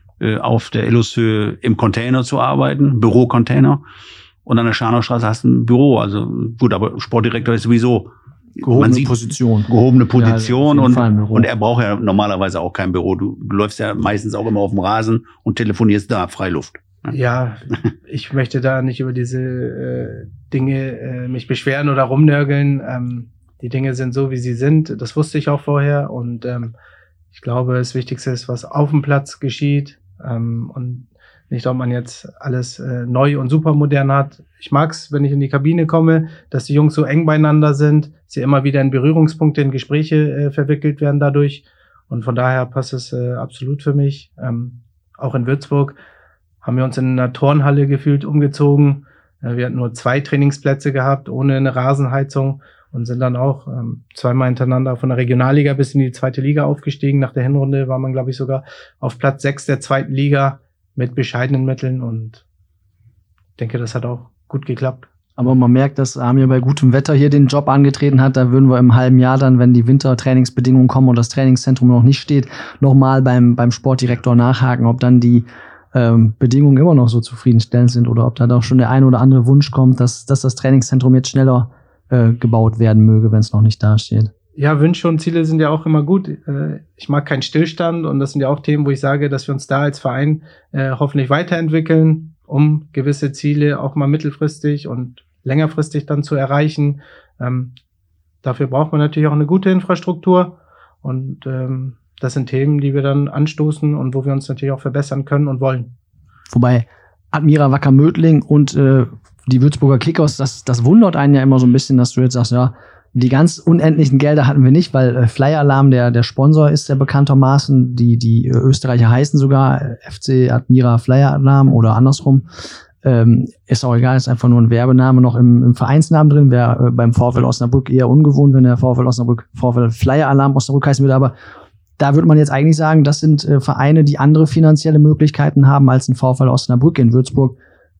auf der Illushöhe im Container zu arbeiten, Bürocontainer. Und an der Scharnaustraße hast du ein Büro. Also gut, aber Sportdirektor ist sowieso gehobene Position. Gehobene Position ja, und er braucht ja normalerweise auch kein Büro. Du läufst ja meistens auch immer auf dem Rasen und telefonierst da, Freiluft. Ja, ich möchte da nicht über diese Dinge mich beschweren oder rumnörgeln. Die Dinge sind so, wie sie sind. Das wusste ich auch vorher. Und ich glaube, das Wichtigste ist, was auf dem Platz geschieht. Und nicht, ob man jetzt alles neu und super modern hat. Ich mag's, wenn ich in die Kabine komme, dass die Jungs so eng beieinander sind, sie immer wieder in Berührungspunkte, in Gespräche verwickelt werden dadurch. Und von daher passt es absolut für mich. Auch in Würzburg haben wir uns in einer Turnhalle gefühlt umgezogen. Wir hatten nur 2 Trainingsplätze gehabt, ohne eine Rasenheizung und sind dann auch 2-mal hintereinander von der Regionalliga bis in die 2. Liga aufgestiegen. Nach der Hinrunde war man, glaube ich, sogar auf Platz 6 der 2. Liga mit bescheidenen Mitteln und ich denke, das hat auch gut geklappt. Aber man merkt, dass Amir bei gutem Wetter hier den Job angetreten hat. Da würden wir im halben Jahr dann, wenn die Wintertrainingsbedingungen kommen und das Trainingszentrum noch nicht steht, nochmal beim Sportdirektor nachhaken, ob dann die Bedingungen immer noch so zufriedenstellend sind oder ob da doch schon der ein oder andere Wunsch kommt, dass das Trainingszentrum jetzt schneller gebaut werden möge, wenn es noch nicht dasteht. Ja, Wünsche und Ziele sind ja auch immer gut. Ich mag keinen Stillstand und das sind ja auch Themen, wo ich sage, dass wir uns da als Verein hoffentlich weiterentwickeln, um gewisse Ziele auch mal mittelfristig und längerfristig dann zu erreichen. Dafür braucht man natürlich auch eine gute Infrastruktur und das sind Themen, die wir dann anstoßen und wo wir uns natürlich auch verbessern können und wollen. Wobei Admira Wacker Mödling und die Würzburger Kickers, das wundert einen ja immer so ein bisschen, dass du jetzt sagst, ja, die ganz unendlichen Gelder hatten wir nicht, weil Flyer Alarm der Sponsor ist, der bekanntermaßen. Die Österreicher heißen sogar FC Admira Flyer Alarm oder andersrum. Ist auch egal, ist einfach nur ein Werbename noch im Vereinsnamen drin. Wäre beim VfL Osnabrück eher ungewohnt, wenn der VfL Osnabrück VfL Flyer Alarm Osnabrück heißen würde. Aber da würde man jetzt eigentlich sagen, das sind Vereine, die andere finanzielle Möglichkeiten haben als ein VfL Osnabrück in Würzburg,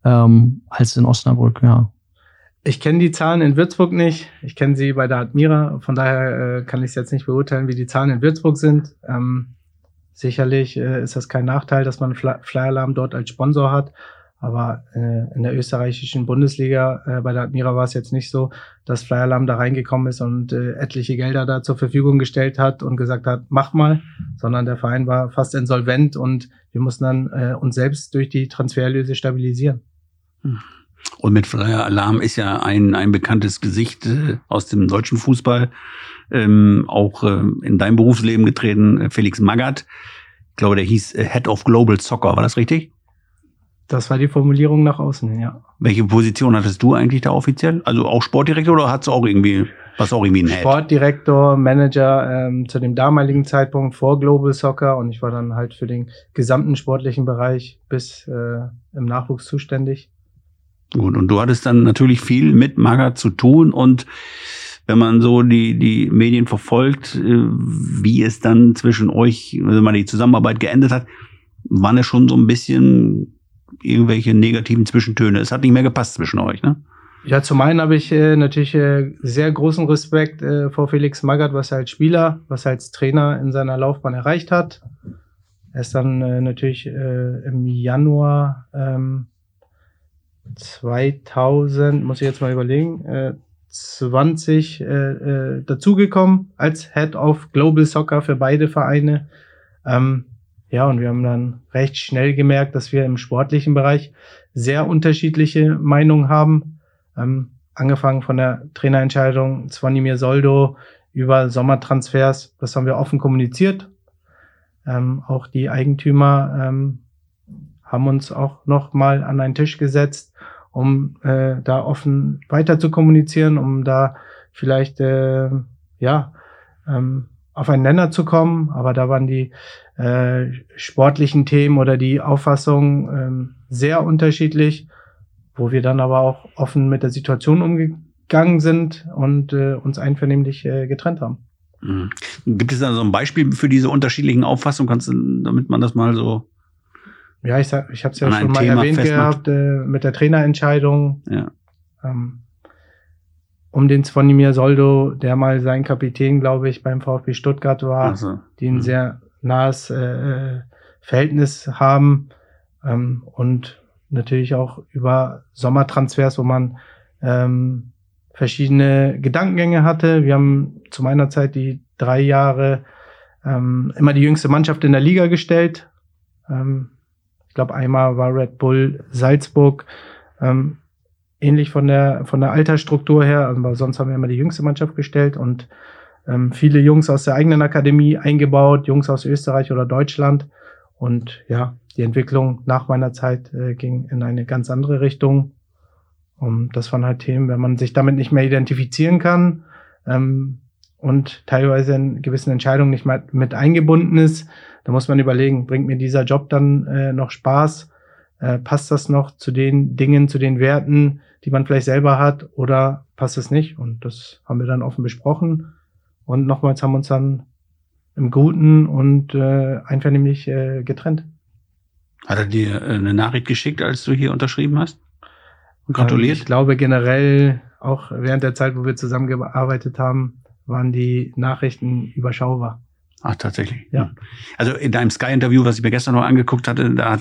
als in Osnabrück, ja. Ich kenne die Zahlen in Würzburg nicht. Ich kenne sie bei der Admira. Von daher kann ich es jetzt nicht beurteilen, wie die Zahlen in Würzburg sind. Sicherlich ist das kein Nachteil, dass man Flyer Alarm dort als Sponsor hat. Aber in der österreichischen Bundesliga bei der Admira war es jetzt nicht so, dass Flyer Alarm da reingekommen ist und etliche Gelder da zur Verfügung gestellt hat und gesagt hat, macht mal. Sondern der Verein war fast insolvent und wir mussten dann uns selbst durch die Transfererlöse stabilisieren. Und mit Flyer Alarm ist ja ein bekanntes Gesicht aus dem deutschen Fußball auch in dein Berufsleben getreten, Felix Magath. Ich glaube, der hieß Head of Global Soccer. War das richtig? Das war die Formulierung nach außen, ja. Welche Position hattest du eigentlich da offiziell? Also auch Sportdirektor oder warst du auch irgendwie ein Head? Sportdirektor, Manager zu dem damaligen Zeitpunkt vor Global Soccer und ich war dann halt für den gesamten sportlichen Bereich bis im Nachwuchs zuständig. Gut, und du hattest dann natürlich viel mit Magath zu tun und wenn man so die Medien verfolgt, wie es dann zwischen euch, wenn man die Zusammenarbeit geendet hat, waren ja schon so ein bisschen irgendwelche negativen Zwischentöne. Es hat nicht mehr gepasst zwischen euch, ne? Ja, zum einen habe ich natürlich sehr großen Respekt vor Felix Magath, was er als Spieler, was er als Trainer in seiner Laufbahn erreicht hat. Er ist dann natürlich im Januar 2000, muss ich jetzt mal überlegen, 20 dazugekommen als Head of Global Soccer für beide Vereine. Ja, und wir haben dann recht schnell gemerkt, dass wir im sportlichen Bereich sehr unterschiedliche Meinungen haben. Angefangen von der Trainerentscheidung Zvonimir Soldo über Sommertransfers, das haben wir offen kommuniziert. Auch die Eigentümer haben uns auch noch mal an einen Tisch gesetzt, um da offen weiter zu kommunizieren, um da vielleicht auf einen Nenner zu kommen. Aber da waren die sportlichen Themen oder die Auffassungen sehr unterschiedlich, wo wir dann aber auch offen mit der Situation umgegangen sind und uns einvernehmlich getrennt haben. Mhm. Gibt es da so ein Beispiel für diese unterschiedlichen Auffassungen? Kannst du, damit man das mal so... Ja, ich habe es ja schon mal erwähnt gehabt, mit der Trainerentscheidung. Ja. Um den Zvonimir Soldo, der mal sein Kapitän, glaube ich, beim VfB Stuttgart war, die ein sehr nahes Verhältnis haben. Und natürlich auch über Sommertransfers, wo man verschiedene Gedankengänge hatte. Wir haben zu meiner Zeit die 3 Jahre immer die jüngste Mannschaft in der Liga gestellt. Ich glaube, einmal war Red Bull Salzburg ähnlich von der Altersstruktur her, aber sonst haben wir immer die jüngste Mannschaft gestellt und viele Jungs aus der eigenen Akademie eingebaut, Jungs aus Österreich oder Deutschland. Und ja, die Entwicklung nach meiner Zeit ging in eine ganz andere Richtung. Und das waren halt Themen, wenn man sich damit nicht mehr identifizieren kann und teilweise in gewissen Entscheidungen nicht mehr mit eingebunden ist, da muss man überlegen, bringt mir dieser Job dann noch Spaß? Passt das noch zu den Dingen, zu den Werten, die man vielleicht selber hat, oder passt es nicht? Und das haben wir dann offen besprochen. Und nochmals haben wir uns dann im Guten und einvernehmlich getrennt. Hat er dir eine Nachricht geschickt, als du hier unterschrieben hast? Und gratuliert? Ich glaube generell, auch während der Zeit, wo wir zusammengearbeitet haben, waren die Nachrichten überschaubar. Ach, tatsächlich. Ja. Also in deinem Sky-Interview, was ich mir gestern noch angeguckt hatte, da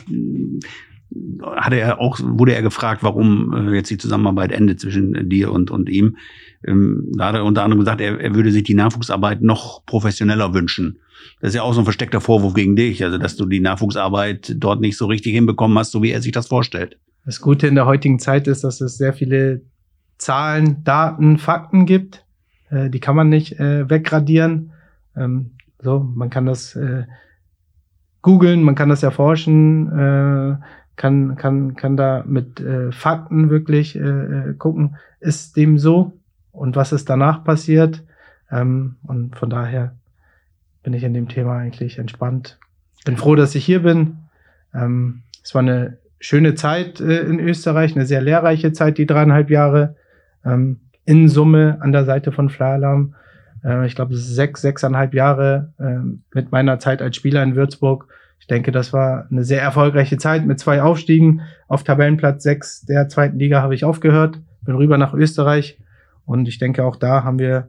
wurde er gefragt, warum jetzt die Zusammenarbeit endet zwischen dir und ihm. Da hat er unter anderem gesagt, er würde sich die Nachwuchsarbeit noch professioneller wünschen. Das ist ja auch so ein versteckter Vorwurf gegen dich, also dass du die Nachwuchsarbeit dort nicht so richtig hinbekommen hast, so wie er sich das vorstellt. Das Gute in der heutigen Zeit ist, dass es sehr viele Zahlen, Daten, Fakten gibt. Die kann man nicht wegradieren. Man kann das googeln, man kann das erforschen, kann da mit Fakten wirklich gucken, ist dem so und was ist danach passiert. Und von daher bin ich in dem Thema eigentlich entspannt. Bin froh, dass ich hier bin. Es war eine schöne Zeit in Österreich, eine sehr lehrreiche Zeit, die 3,5 Jahre. In Summe an der Seite von Flyer-Alarm. Ich glaube, 6,5 Jahre mit meiner Zeit als Spieler in Würzburg. Ich denke, das war eine sehr erfolgreiche Zeit mit 2 Aufstiegen. Auf Tabellenplatz 6 der 2. Liga habe ich aufgehört, bin rüber nach Österreich. Und ich denke, auch da haben wir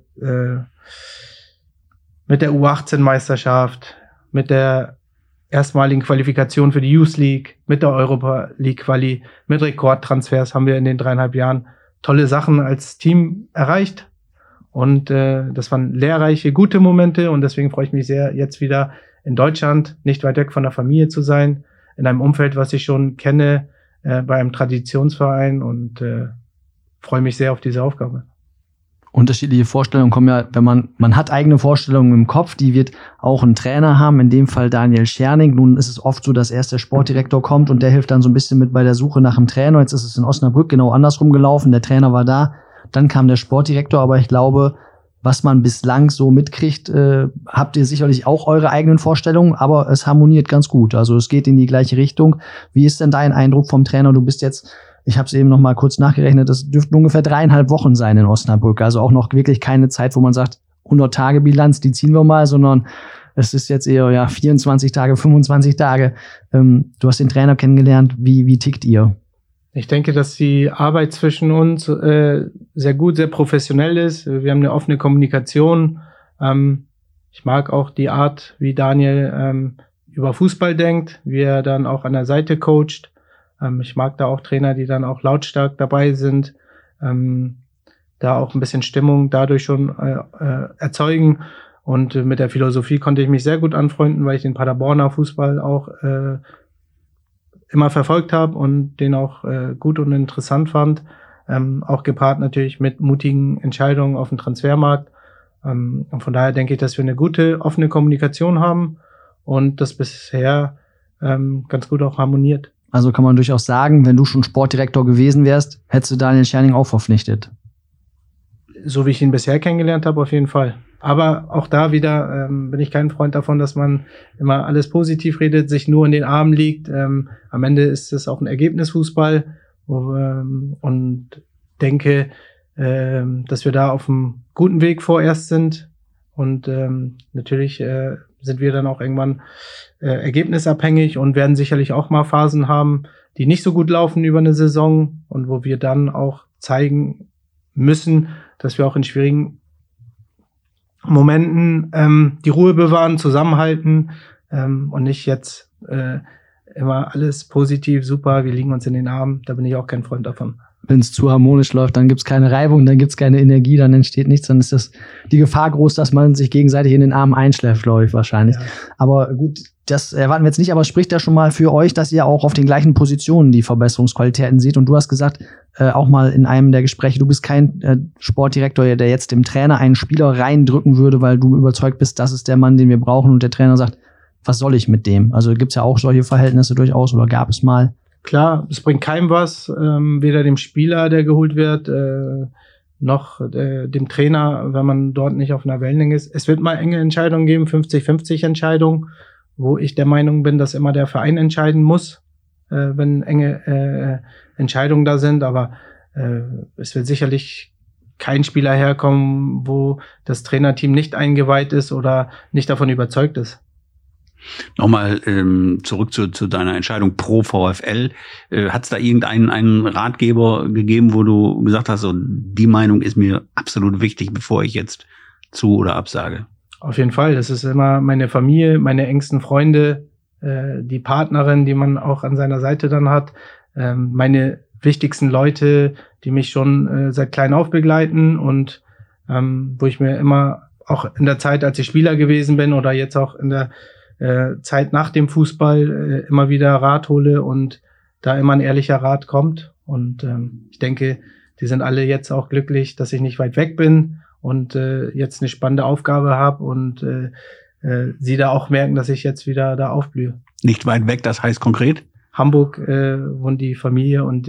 mit der U18-Meisterschaft, mit der erstmaligen Qualifikation für die Youth League, mit der Europa League Quali, mit Rekordtransfers haben wir in den 3,5 Jahren tolle Sachen als Team erreicht. Und das waren lehrreiche, gute Momente. Und deswegen freue ich mich sehr, jetzt wieder in Deutschland, nicht weit weg von der Familie zu sein, in einem Umfeld, was ich schon kenne, bei einem Traditionsverein, und freue mich sehr auf diese Aufgabe. Unterschiedliche Vorstellungen kommen ja, wenn man hat eigene Vorstellungen im Kopf, die wird auch ein Trainer haben, in dem Fall Daniel Scherning. Nun ist es oft so, dass erst der Sportdirektor kommt und der hilft dann so ein bisschen mit bei der Suche nach einem Trainer. Jetzt ist es in Osnabrück genau andersrum gelaufen. Der Trainer war da, dann kam der Sportdirektor, aber ich glaube, was man bislang so mitkriegt, habt ihr sicherlich auch eure eigenen Vorstellungen, aber es harmoniert ganz gut. Also es geht in die gleiche Richtung. Wie ist denn dein Eindruck vom Trainer? Du bist jetzt, ich habe es eben noch mal kurz nachgerechnet, das dürften ungefähr 3,5 Wochen sein in Osnabrück. Also auch noch wirklich keine Zeit, wo man sagt, 100 Tage Bilanz, die ziehen wir mal, sondern es ist jetzt eher 24 Tage, 25 Tage. Du hast den Trainer kennengelernt. Wie tickt ihr? Ich denke, dass die Arbeit zwischen uns sehr gut, sehr professionell ist. Wir haben eine offene Kommunikation. Ich mag auch die Art, wie Daniel über Fußball denkt, wie er dann auch an der Seite coacht. Ich mag da auch Trainer, die dann auch lautstark dabei sind, da auch ein bisschen Stimmung dadurch schon erzeugen. Und mit der Philosophie konnte ich mich sehr gut anfreunden, weil ich den Paderborner Fußball auch immer verfolgt habe und den auch gut und interessant fand. Auch gepaart natürlich mit mutigen Entscheidungen auf dem Transfermarkt. Und von daher denke ich, dass wir eine gute, offene Kommunikation haben und das bisher ganz gut auch harmoniert. Also kann man durchaus sagen, wenn du schon Sportdirektor gewesen wärst, hättest du Daniel Scherning auch verpflichtet. So wie ich ihn bisher kennengelernt habe, auf jeden Fall. Aber auch da wieder bin ich kein Freund davon, dass man immer alles positiv redet, sich nur in den Armen liegt. Am Ende ist es auch ein Ergebnisfußball und denke, dass wir da auf einem guten Weg vorerst sind. Und natürlich sind wir dann auch irgendwann ergebnisabhängig und werden sicherlich auch mal Phasen haben, die nicht so gut laufen über eine Saison und wo wir dann auch zeigen müssen, dass wir auch in schwierigen Momenten die Ruhe bewahren, zusammenhalten und nicht jetzt immer alles positiv, super, wir liegen uns in den Armen. Da bin ich auch kein Freund davon. Wenn es zu harmonisch läuft, dann gibt's keine Reibung, dann gibt's keine Energie, dann entsteht nichts, dann ist das die Gefahr groß, dass man sich gegenseitig in den Armen einschläft, glaube ich, wahrscheinlich. Ja. Aber gut, das erwarten wir jetzt nicht, aber spricht ja schon mal für euch, dass ihr auch auf den gleichen Positionen die Verbesserungsqualitäten seht. Und du hast gesagt, auch mal in einem der Gespräche, du bist kein Sportdirektor, der jetzt dem Trainer einen Spieler reindrücken würde, weil du überzeugt bist, das ist der Mann, den wir brauchen, und der Trainer sagt, was soll ich mit dem? Also gibt's ja auch solche Verhältnisse durchaus, oder gab es mal? Klar, es bringt keinem was, weder dem Spieler, der geholt wird, noch dem Trainer, wenn man dort nicht auf einer Wellenlänge ist. Es wird mal enge Entscheidungen geben, 50-50 Entscheidungen, wo ich der Meinung bin, dass immer der Verein entscheiden muss, wenn enge Entscheidungen da sind. Aber es wird sicherlich kein Spieler herkommen, wo das Trainerteam nicht eingeweiht ist oder nicht davon überzeugt ist. Nochmal zurück zu deiner Entscheidung pro VfL. Hat es da irgendeinen Ratgeber gegeben, wo du gesagt hast, so, die Meinung ist mir absolut wichtig, bevor ich jetzt zu- oder absage? Auf jeden Fall. Das ist immer meine Familie, meine engsten Freunde, die Partnerin, die man auch an seiner Seite dann hat, meine wichtigsten Leute, die mich schon seit klein auf begleiten und wo ich mir immer auch in der Zeit, als ich Spieler gewesen bin oder jetzt auch in der Zeit nach dem Fußball immer wieder Rat hole und da immer ein ehrlicher Rat kommt. Und ich denke, die sind alle jetzt auch glücklich, dass ich nicht weit weg bin und jetzt eine spannende Aufgabe habe und sie da auch merken, dass ich jetzt wieder da aufblühe. Nicht weit weg, das heißt konkret? Hamburg wohnt die Familie und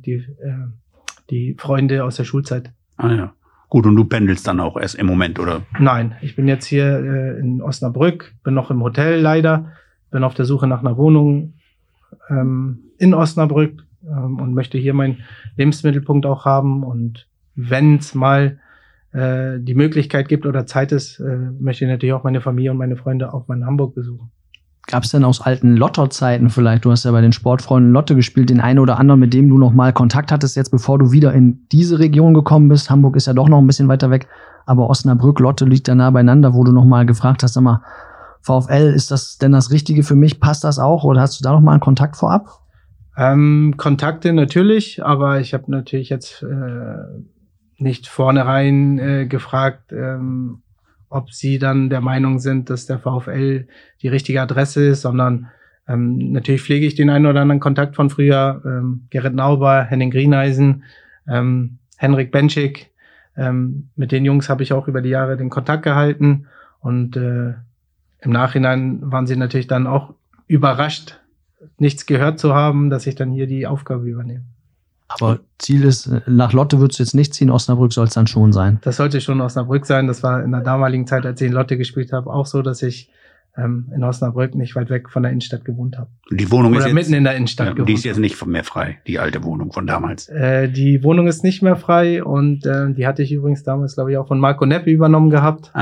die Freunde aus der Schulzeit. Ah ja. Gut, und du pendelst dann auch erst im Moment, oder? Nein, ich bin jetzt hier in Osnabrück, bin noch im Hotel leider, bin auf der Suche nach einer Wohnung in Osnabrück und möchte hier meinen Lebensmittelpunkt auch haben. Und wenn es mal die Möglichkeit gibt oder Zeit ist, möchte ich natürlich auch meine Familie und meine Freunde auch mal in Hamburg besuchen. Gab es denn aus alten Lotto-Zeiten vielleicht, du hast ja bei den Sportfreunden Lotte gespielt, den einen oder anderen, mit dem du noch mal Kontakt hattest, jetzt bevor du wieder in diese Region gekommen bist? Hamburg ist ja doch noch ein bisschen weiter weg, aber Osnabrück, Lotte liegt ja nah beieinander, wo du noch mal gefragt hast, sag mal, VfL, ist das denn das Richtige für mich? Passt das auch? Oder hast du da noch mal einen Kontakt vorab? Kontakte natürlich, aber ich habe natürlich jetzt nicht vornherein gefragt, ob sie dann der Meinung sind, dass der VfL die richtige Adresse ist, sondern natürlich pflege ich den einen oder anderen Kontakt von früher. Gerrit Nauber, Henning Grieneisen, Henrik Benschik. Mit den Jungs habe ich auch über die Jahre den Kontakt gehalten und im Nachhinein waren sie natürlich dann auch überrascht, nichts gehört zu haben, dass ich dann hier die Aufgabe übernehme. Aber Ziel ist, nach Lotte würdest du jetzt nicht ziehen, Osnabrück soll es dann schon sein. Das sollte schon Osnabrück sein. Das war in der damaligen Zeit, als ich in Lotte gespielt habe, auch so, dass ich in Osnabrück nicht weit weg von der Innenstadt gewohnt habe. Die Wohnung ist jetzt mitten in der Innenstadt gewohnt. Die ist jetzt nicht mehr frei, die alte Wohnung von damals. Die Wohnung ist nicht mehr frei und die hatte ich übrigens damals, glaube ich, auch von Marco Neppe übernommen gehabt.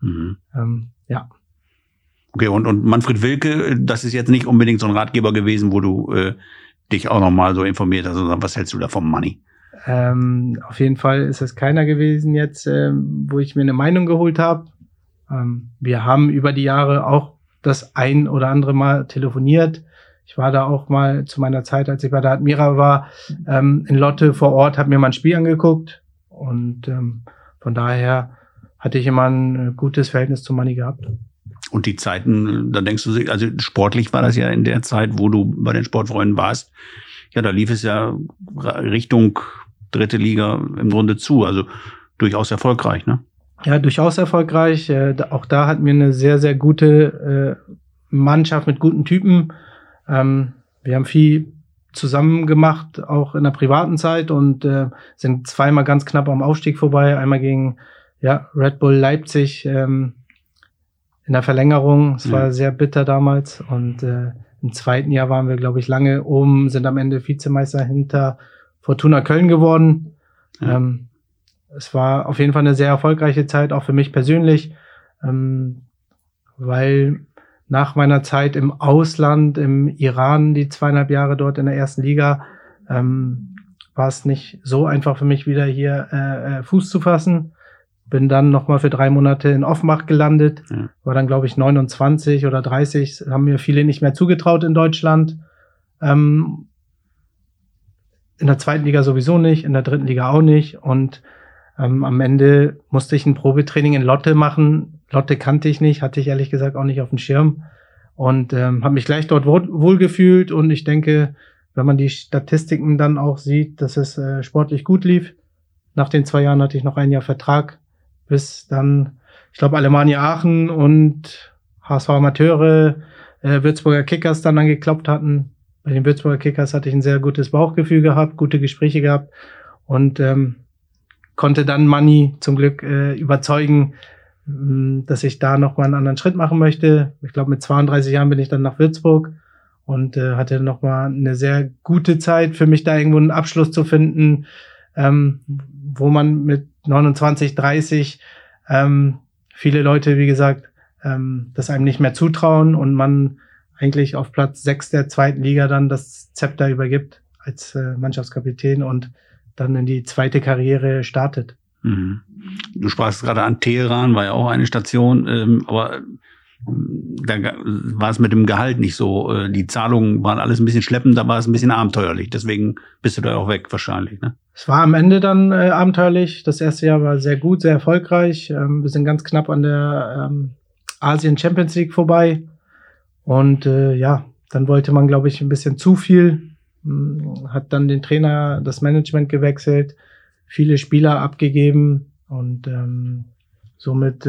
Ja. Okay, und Manfred Wilke, das ist jetzt nicht unbedingt so ein Ratgeber gewesen, wo du dich auch nochmal so informiert hast und gesagt, was hältst du da vom Money? Auf jeden Fall ist es keiner gewesen jetzt, wo ich mir eine Meinung geholt habe. Wir haben über die Jahre auch das ein oder andere Mal telefoniert. Ich war da auch mal zu meiner Zeit, als ich bei der Admira war, in Lotte vor Ort, habe mir mal ein Spiel angeguckt. Und von daher hatte ich immer ein gutes Verhältnis zu Money gehabt. Und die Zeiten, da denkst du, also sportlich war das ja in der Zeit, wo du bei den Sportfreunden warst, ja, da lief es ja Richtung 3. Liga im Grunde zu, also durchaus erfolgreich, ne? Ja, durchaus erfolgreich. Auch da hatten wir eine sehr, sehr gute Mannschaft mit guten Typen. Wir haben viel zusammen gemacht, auch in der privaten Zeit und sind zweimal ganz knapp am Aufstieg vorbei. Einmal gegen Red Bull Leipzig in der Verlängerung. Es war sehr bitter damals und im zweiten Jahr waren wir, glaube ich, lange oben, sind am Ende Vizemeister hinter Fortuna Köln geworden. Ja. Es war auf jeden Fall eine sehr erfolgreiche Zeit, auch für mich persönlich, weil nach meiner Zeit im Ausland, im Iran, die 2,5 Jahre dort in der 1. Liga, war es nicht so einfach für mich, wieder hier Fuß zu fassen. Bin dann nochmal für 3 Monate in Offenbach gelandet, war dann, glaube ich, 29 oder 30, haben mir viele nicht mehr zugetraut in Deutschland. In der 2. Liga sowieso nicht, in der 3. Liga auch nicht. Und am Ende musste ich ein Probetraining in Lotte machen. Lotte kannte ich nicht, hatte ich ehrlich gesagt auch nicht auf dem Schirm. Und habe mich gleich dort wohlgefühlt. Und ich denke, wenn man die Statistiken dann auch sieht, dass es sportlich gut lief. Nach den 2 Jahren hatte ich noch 1 Jahr Vertrag, bis dann, ich glaube, Alemannia Aachen und HSV Amateure, Würzburger Kickers dann angeklopft hatten. Bei den Würzburger Kickers hatte ich ein sehr gutes Bauchgefühl gehabt, gute Gespräche gehabt und konnte dann Money zum Glück überzeugen, dass ich da nochmal einen anderen Schritt machen möchte. Ich glaube, mit 32 Jahren bin ich dann nach Würzburg und hatte nochmal eine sehr gute Zeit für mich, da irgendwo einen Abschluss zu finden, wo man mit 29, 30 viele Leute, wie gesagt, das einem nicht mehr zutrauen und man eigentlich auf Platz 6 der 2. Liga dann das Zepter übergibt als Mannschaftskapitän und dann in die 2. Karriere startet. Mhm. Du sprachst gerade an Teheran, war ja auch eine Station, aber da war es mit dem Gehalt nicht so. Die Zahlungen waren alles ein bisschen schleppend, da war es ein bisschen abenteuerlich. Deswegen bist du da auch weg wahrscheinlich, ne? Es war am Ende dann abenteuerlich. Das erste Jahr war sehr gut, sehr erfolgreich. Wir sind ganz knapp an der Asien Champions League vorbei. Und dann wollte man, glaube ich, ein bisschen zu viel. Hat dann den Trainer, das Management gewechselt, viele Spieler abgegeben und somit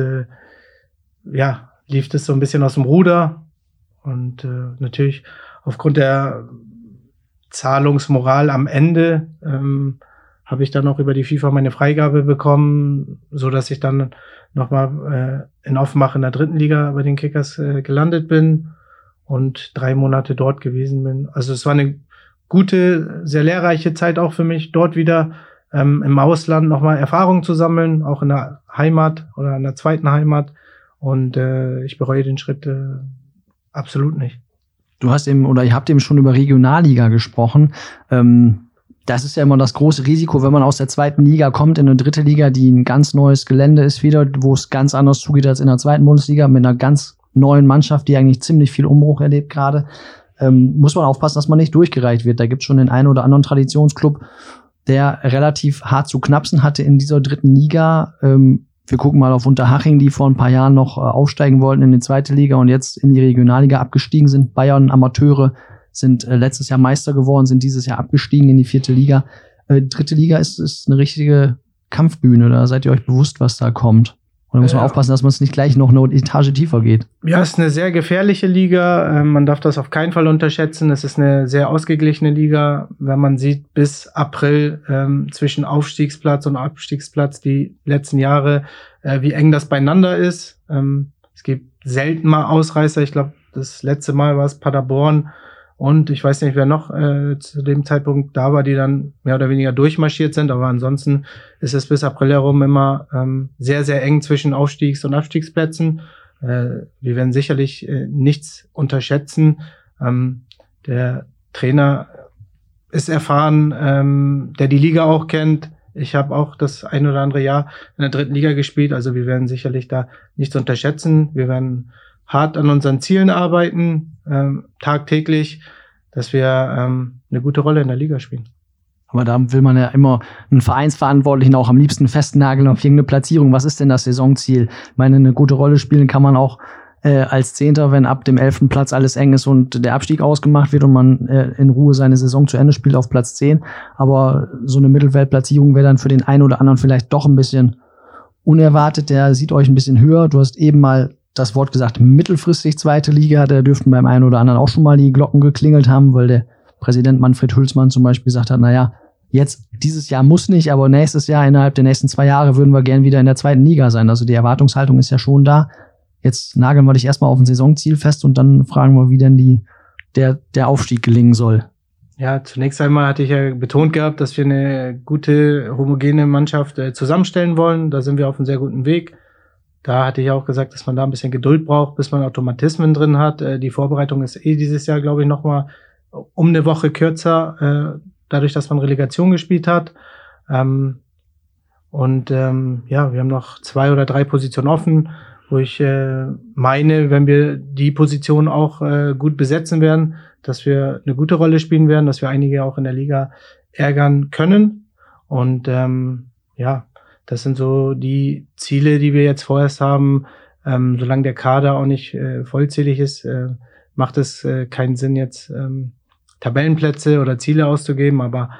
lief das so ein bisschen aus dem Ruder. Und natürlich aufgrund der Zahlungsmoral am Ende habe ich dann auch über die FIFA meine Freigabe bekommen, so dass ich dann nochmal in Offenbach in der 3. Liga bei den Kickers gelandet bin und 3 Monate dort gewesen bin. Also es war eine gute, sehr lehrreiche Zeit auch für mich, dort wieder im Ausland nochmal Erfahrungen zu sammeln, auch in der Heimat oder in der 2. Heimat. Und ich bereue den Schritt absolut nicht. Du hast ihr habt eben schon über Regionalliga gesprochen. Das ist ja immer das große Risiko, wenn man aus der 2. Liga kommt in eine 3. Liga, die ein ganz neues Gelände ist wieder, wo es ganz anders zugeht als in der 2. Bundesliga, mit einer ganz neuen Mannschaft, die eigentlich ziemlich viel Umbruch erlebt gerade. Muss man aufpassen, dass man nicht durchgereicht wird. Da gibt es schon den einen oder anderen Traditionsclub, der relativ hart zu knapsen hatte in dieser 3. Liga. Wir gucken mal auf Unterhaching, die vor ein paar Jahren noch aufsteigen wollten in die 2. Liga und jetzt in die Regionalliga abgestiegen sind. Bayern Amateure sind letztes Jahr Meister geworden, sind dieses Jahr abgestiegen in die 4. Liga. 3. Liga ist eine richtige Kampfbühne. Da seid ihr euch bewusst, was da kommt. Und da muss man aufpassen, dass man es nicht gleich noch eine Etage tiefer geht. Ja, es ist eine sehr gefährliche Liga. Man darf das auf keinen Fall unterschätzen. Es ist eine sehr ausgeglichene Liga. Wenn man sieht, bis April zwischen Aufstiegsplatz und Abstiegsplatz die letzten Jahre, wie eng das beieinander ist. Es gibt selten mal Ausreißer. Ich glaube, das letzte Mal war es Paderborn. Und ich weiß nicht, wer noch zu dem Zeitpunkt da war, die dann mehr oder weniger durchmarschiert sind. Aber ansonsten ist es bis April herum immer sehr, sehr eng zwischen Aufstiegs- und Abstiegsplätzen. Wir werden sicherlich nichts unterschätzen. Der Trainer ist erfahren, der die Liga auch kennt. Ich habe auch das ein oder andere Jahr in der 3. Liga gespielt, also wir werden sicherlich da nichts unterschätzen. Wir werden hart an unseren Zielen arbeiten, tagtäglich, dass wir eine gute Rolle in der Liga spielen. Aber da will man ja immer einen Vereinsverantwortlichen auch am liebsten festnageln auf irgendeine Platzierung. Was ist denn das Saisonziel? Ich meine, eine gute Rolle spielen kann man auch als Zehnter, wenn ab dem 11. Platz alles eng ist und der Abstieg ausgemacht wird und man in Ruhe seine Saison zu Ende spielt auf Platz 10. Aber so eine Mittelfeldplatzierung wäre dann für den einen oder anderen vielleicht doch ein bisschen unerwartet. Der sieht euch ein bisschen höher. Du hast eben mal das Wort gesagt, mittelfristig 2. Liga. Da dürften beim einen oder anderen auch schon mal die Glocken geklingelt haben, weil der Präsident Manfred Hülsmann zum Beispiel gesagt hat, naja, jetzt dieses Jahr muss nicht, aber nächstes Jahr, innerhalb der nächsten 2 Jahre würden wir gern wieder in der 2. Liga sein. Also die Erwartungshaltung ist ja schon da. Jetzt nageln wir dich erstmal auf ein Saisonziel fest und dann fragen wir, wie denn der Aufstieg gelingen soll. Ja, zunächst einmal hatte ich ja betont gehabt, dass wir eine gute, homogene Mannschaft zusammenstellen wollen. Da sind wir auf einem sehr guten Weg. Da hatte ich auch gesagt, dass man da ein bisschen Geduld braucht, bis man Automatismen drin hat. Die Vorbereitung ist dieses Jahr, glaube ich, nochmal um eine Woche kürzer, dadurch, dass man Relegation gespielt hat. Ja, wir haben noch 2 oder 3 Positionen offen, wo ich meine, wenn wir die Position auch gut besetzen werden, dass wir eine gute Rolle spielen werden, dass wir einige auch in der Liga ärgern können. Und ja, das sind so die Ziele, die wir jetzt vorerst haben. Solange der Kader auch nicht vollzählig ist, macht es keinen Sinn, jetzt Tabellenplätze oder Ziele auszugeben. Aber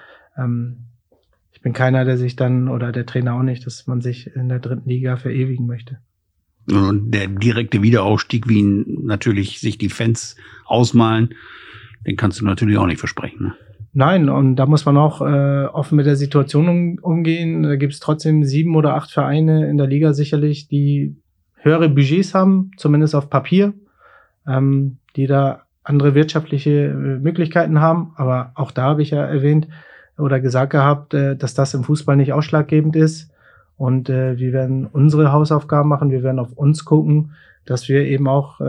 ich bin keiner, der sich dann, oder der Trainer auch nicht, dass man sich in der 3. Liga verewigen möchte. Und der direkte Wiederaufstieg, wie ihn natürlich sich die Fans ausmalen, den kannst du natürlich auch nicht versprechen. Ne? Nein, und da muss man auch offen mit der Situation umgehen. Da gibt es trotzdem 7 oder 8 Vereine in der Liga sicherlich, die höhere Budgets haben, zumindest auf Papier, die da andere wirtschaftliche Möglichkeiten haben. Aber auch da habe ich ja erwähnt oder gesagt gehabt, dass das im Fußball nicht ausschlaggebend ist. Und wir werden unsere Hausaufgaben machen, wir werden auf uns gucken, dass wir eben auch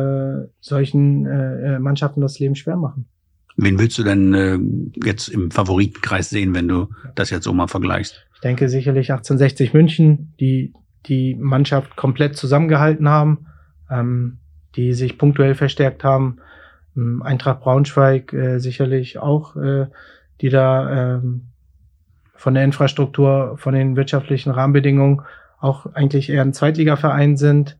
solchen Mannschaften das Leben schwer machen. Wen willst du denn jetzt im Favoritenkreis sehen, wenn du das jetzt so mal vergleichst? Ich denke sicherlich 1860 München, die Mannschaft komplett zusammengehalten haben, die sich punktuell verstärkt haben. Eintracht Braunschweig sicherlich auch, die da von der Infrastruktur, von den wirtschaftlichen Rahmenbedingungen auch eigentlich eher ein Zweitligaverein sind.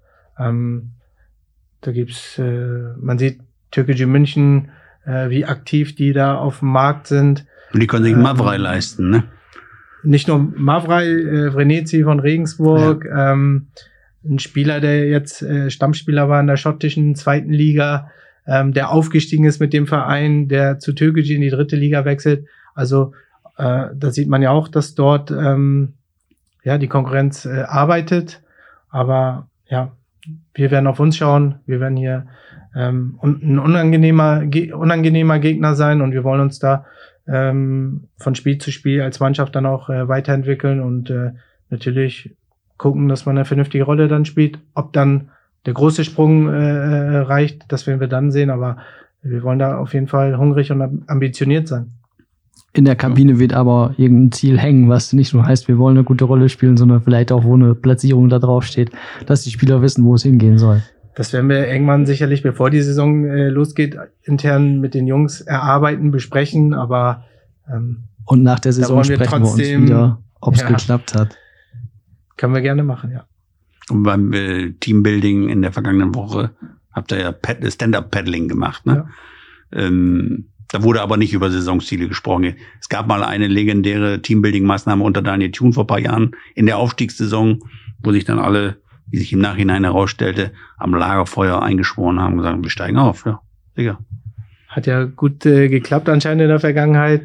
Da gibt's, man sieht Türkgücü München, wie aktiv die da auf dem Markt sind. Und die können sich Mavrei leisten, ne? Nicht nur Mavrei, Vrenetzi von Regensburg, ja. Ein Spieler, der jetzt Stammspieler war in der schottischen 2. Liga, der aufgestiegen ist mit dem Verein, der zu Türkgücü in die 3. Liga wechselt. Also da sieht man ja auch, dass dort die Konkurrenz arbeitet. Aber ja, wir werden auf uns schauen. Wir werden hier ein unangenehmer Gegner sein und wir wollen uns da von Spiel zu Spiel als Mannschaft dann auch weiterentwickeln und natürlich gucken, dass man eine vernünftige Rolle dann spielt. Ob dann der große Sprung reicht, das werden wir dann sehen, aber wir wollen da auf jeden Fall hungrig und ambitioniert sein. In der Kabine wird aber irgendein Ziel hängen, was nicht nur heißt, wir wollen eine gute Rolle spielen, sondern vielleicht auch, wo eine Platzierung da drauf steht, dass die Spieler wissen, wo es hingehen soll. Das werden wir irgendwann sicherlich, bevor die Saison losgeht, intern mit den Jungs erarbeiten, besprechen, aber und nach der Saison sprechen wir uns wieder, ob es geklappt hat. Können wir gerne machen, ja. Und beim Teambuilding in der vergangenen Woche habt ihr ja Stand-Up-Paddling gemacht, ne? Ja. Da wurde aber nicht über Saisonziele gesprochen. Es gab mal eine legendäre Teambuilding-Maßnahme unter Daniel Thun vor ein paar Jahren in der Aufstiegssaison, wo sich dann alle, wie sich im Nachhinein herausstellte, am Lagerfeuer eingeschworen haben und gesagt, wir steigen auf. Ja, sicher. Hat ja gut geklappt anscheinend in der Vergangenheit.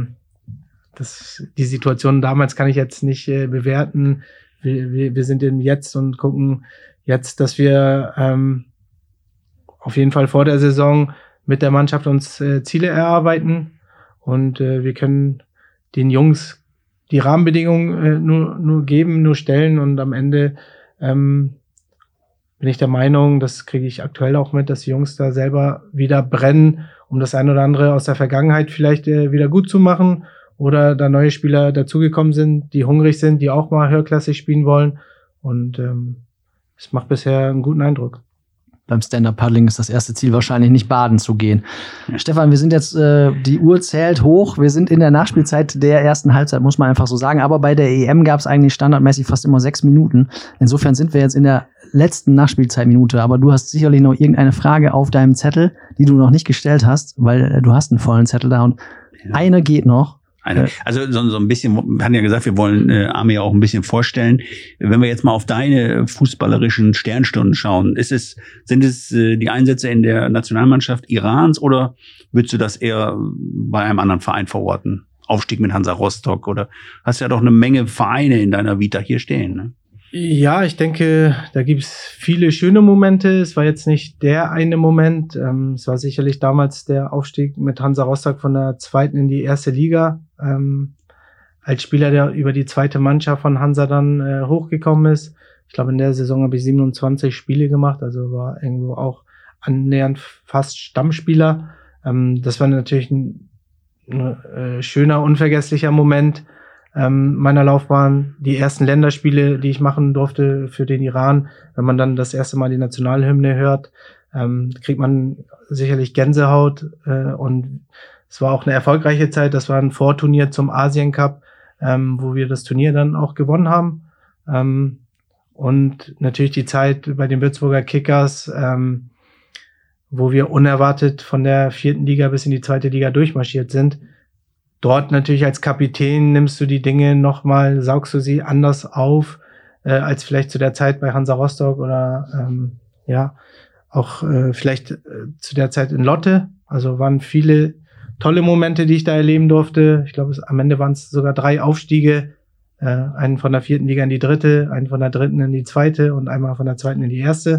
Die Situation damals kann ich jetzt nicht bewerten. Wir sind im Jetzt und gucken jetzt, dass wir auf jeden Fall vor der Saison mit der Mannschaft uns Ziele erarbeiten und wir können den Jungs die Rahmenbedingungen nur geben, nur stellen und am Ende bin ich der Meinung, das kriege ich aktuell auch mit, dass die Jungs da selber wieder brennen um das ein oder andere aus der Vergangenheit vielleicht wieder gut zu machen, oder da neue Spieler dazugekommen sind, die hungrig sind, die auch mal höherklassig spielen wollen, und es macht bisher einen guten Eindruck. Beim Stand-Up-Paddling ist das erste Ziel wahrscheinlich nicht baden zu gehen. Ja. Stefan, wir sind jetzt, die Uhr zählt hoch. Wir sind in der Nachspielzeit der ersten Halbzeit, muss man einfach so sagen. Aber bei der EM gab es eigentlich standardmäßig fast immer 6 Minuten. Insofern sind wir jetzt in der letzten Nachspielzeitminute. Aber du hast sicherlich noch irgendeine Frage auf deinem Zettel, die du noch nicht gestellt hast, weil du hast einen vollen Zettel da. Und eine geht noch. Also so ein bisschen, wir hatten ja gesagt, wir wollen Amir auch ein bisschen vorstellen. Wenn wir jetzt mal auf deine fußballerischen Sternstunden schauen, sind es die Einsätze in der Nationalmannschaft Irans, oder würdest du das eher bei einem anderen Verein verorten? Aufstieg mit Hansa Rostock, oder hast ja doch eine Menge Vereine in deiner Vita hier stehen, ne? Ja, ich denke, da gibt's viele schöne Momente. Es war jetzt nicht der eine Moment. Es war sicherlich damals der Aufstieg mit Hansa Rostock von der 2. in die 1. Liga. Als Spieler, der über die 2. Mannschaft von Hansa dann hochgekommen ist. Ich glaube, in der Saison habe ich 27 Spiele gemacht, also war irgendwo auch annähernd fast Stammspieler. Das war natürlich ein schöner, unvergesslicher Moment meiner Laufbahn. Die ersten Länderspiele, die ich machen durfte für den Iran, wenn man dann das erste Mal die Nationalhymne hört, kriegt man sicherlich Gänsehaut, und es war auch eine erfolgreiche Zeit. Das war ein Vorturnier zum Asien Cup, wo wir das Turnier dann auch gewonnen haben, und natürlich die Zeit bei den Würzburger Kickers, wo wir unerwartet von der 4. Liga bis in die 2. Liga durchmarschiert sind. Dort natürlich als Kapitän nimmst du die Dinge nochmal, saugst du sie anders auf, als vielleicht zu der Zeit bei Hansa Rostock oder auch vielleicht zu der Zeit in Lotte. Also waren viele tolle Momente, die ich da erleben durfte. Ich glaube, am Ende waren es sogar 3 Aufstiege, einen von der 4. Liga in die 3., einen von der 3. in die 2. und einmal von der 2. in die 1.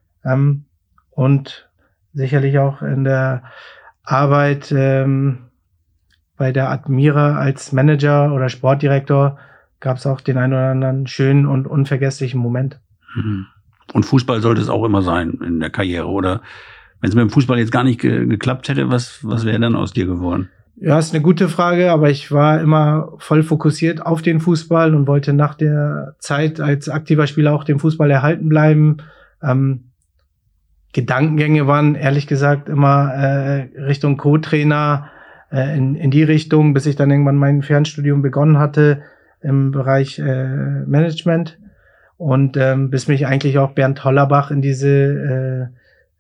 Und sicherlich auch in der Arbeit bei der Admira als Manager oder Sportdirektor gab es auch den einen oder anderen schönen und unvergesslichen Moment. Und Fußball sollte es auch immer sein in der Karriere, oder? Wenn es mit dem Fußball jetzt gar nicht geklappt hätte, was wäre dann aus dir geworden? Ja, ist eine gute Frage, aber ich war immer voll fokussiert auf den Fußball und wollte nach der Zeit als aktiver Spieler auch dem Fußball erhalten bleiben. Gedankengänge waren ehrlich gesagt immer Richtung Co-Trainer, in die Richtung, bis ich dann irgendwann mein Fernstudium begonnen hatte im Bereich Management, und bis mich eigentlich auch Bernd Hollerbach in diese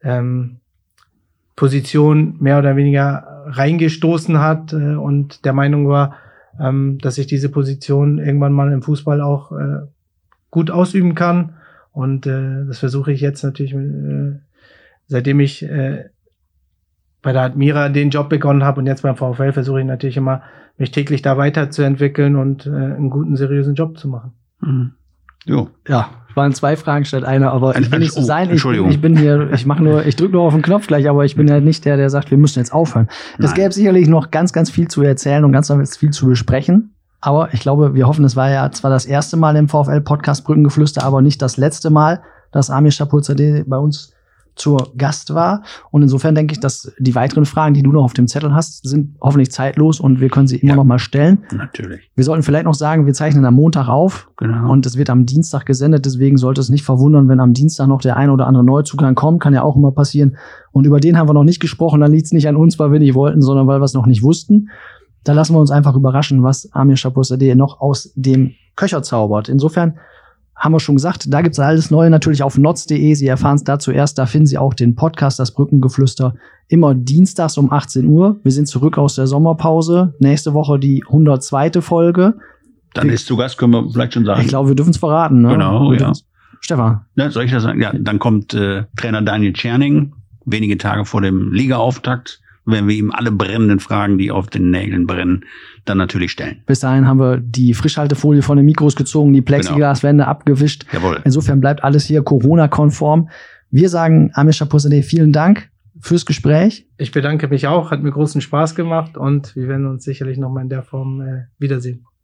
Position mehr oder weniger reingestoßen hat und der Meinung war, dass ich diese Position irgendwann mal im Fußball auch gut ausüben kann, und das versuche ich jetzt natürlich, seitdem ich bei der Admira den Job begonnen habe und jetzt beim VfL, versuche ich natürlich immer, mich täglich da weiterzuentwickeln und einen guten, seriösen Job zu machen. Mhm. Jo. Ja, waren 2 Fragen statt einer, aber ich will nicht so sein. Entschuldigung. Ich bin hier, ich drücke nur auf den Knopf gleich, aber ich bin ja nicht der sagt, wir müssen jetzt aufhören. Es gäbe sicherlich noch ganz, ganz viel zu erzählen und ganz, ganz viel zu besprechen. Aber ich glaube, wir hoffen, es war ja zwar das erste Mal im VfL-Podcast Brückengeflüster, aber nicht das letzte Mal, dass Amir Shapurzadeeh bei uns zur Gast war. Und insofern denke ich, dass die weiteren Fragen, die du noch auf dem Zettel hast, sind hoffentlich zeitlos und wir können sie immer noch mal stellen. Natürlich. Wir sollten vielleicht noch sagen, wir zeichnen am Montag auf. Genau. Und es wird am Dienstag gesendet. Deswegen sollte es nicht verwundern, wenn am Dienstag noch der ein oder andere Neuzugang kommt. Kann ja auch immer passieren. Und über den haben wir noch nicht gesprochen. Dann liegt es nicht an uns, weil wir nicht wollten, sondern weil wir es noch nicht wussten. Da lassen wir uns einfach überraschen, was Amir Shapurzadeeh noch aus dem Köcher zaubert. Insofern haben wir schon gesagt, da gibt's alles Neue natürlich auf notz.de. Sie erfahren es da zuerst. Da finden Sie auch den Podcast, das Brückengeflüster, immer dienstags um 18 Uhr. Wir sind zurück aus der Sommerpause. Nächste Woche die 102. Folge. Dann ist zu Gast, können wir vielleicht schon sagen. Ich glaube, wir dürfen es verraten. Ne? Genau, ja. Stefan. Ja, soll ich das sagen? Ja, dann kommt Trainer Daniel Tscherning, wenige Tage vor dem Ligaauftakt. Werden wir ihm alle brennenden Fragen, die auf den Nägeln brennen, dann natürlich stellen. Bis dahin haben wir die Frischhaltefolie von den Mikros gezogen, die Plexiglaswände abgewischt. Jawohl. Insofern bleibt alles hier Corona-konform. Wir sagen Amir Shapurzadeeh, vielen Dank fürs Gespräch. Ich bedanke mich auch, hat mir großen Spaß gemacht und wir werden uns sicherlich nochmal in der Form wiedersehen.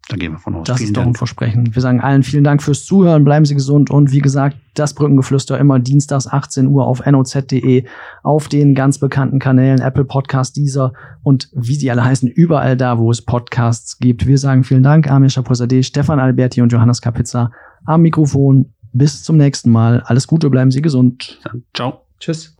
Da gehen wir von aus. Das ist doch ein Versprechen. Wir sagen allen vielen Dank fürs Zuhören, bleiben Sie gesund und wie gesagt, das Brückengeflüster immer dienstags 18 Uhr auf noz.de, auf den ganz bekannten Kanälen Apple Podcast, Deezer und wie sie alle heißen, überall da, wo es Podcasts gibt. Wir sagen vielen Dank, Amir Shaprozadeh, Stefan Alberti und Johannes Kapitza am Mikrofon. Bis zum nächsten Mal. Alles Gute, bleiben Sie gesund. Ciao. Tschüss.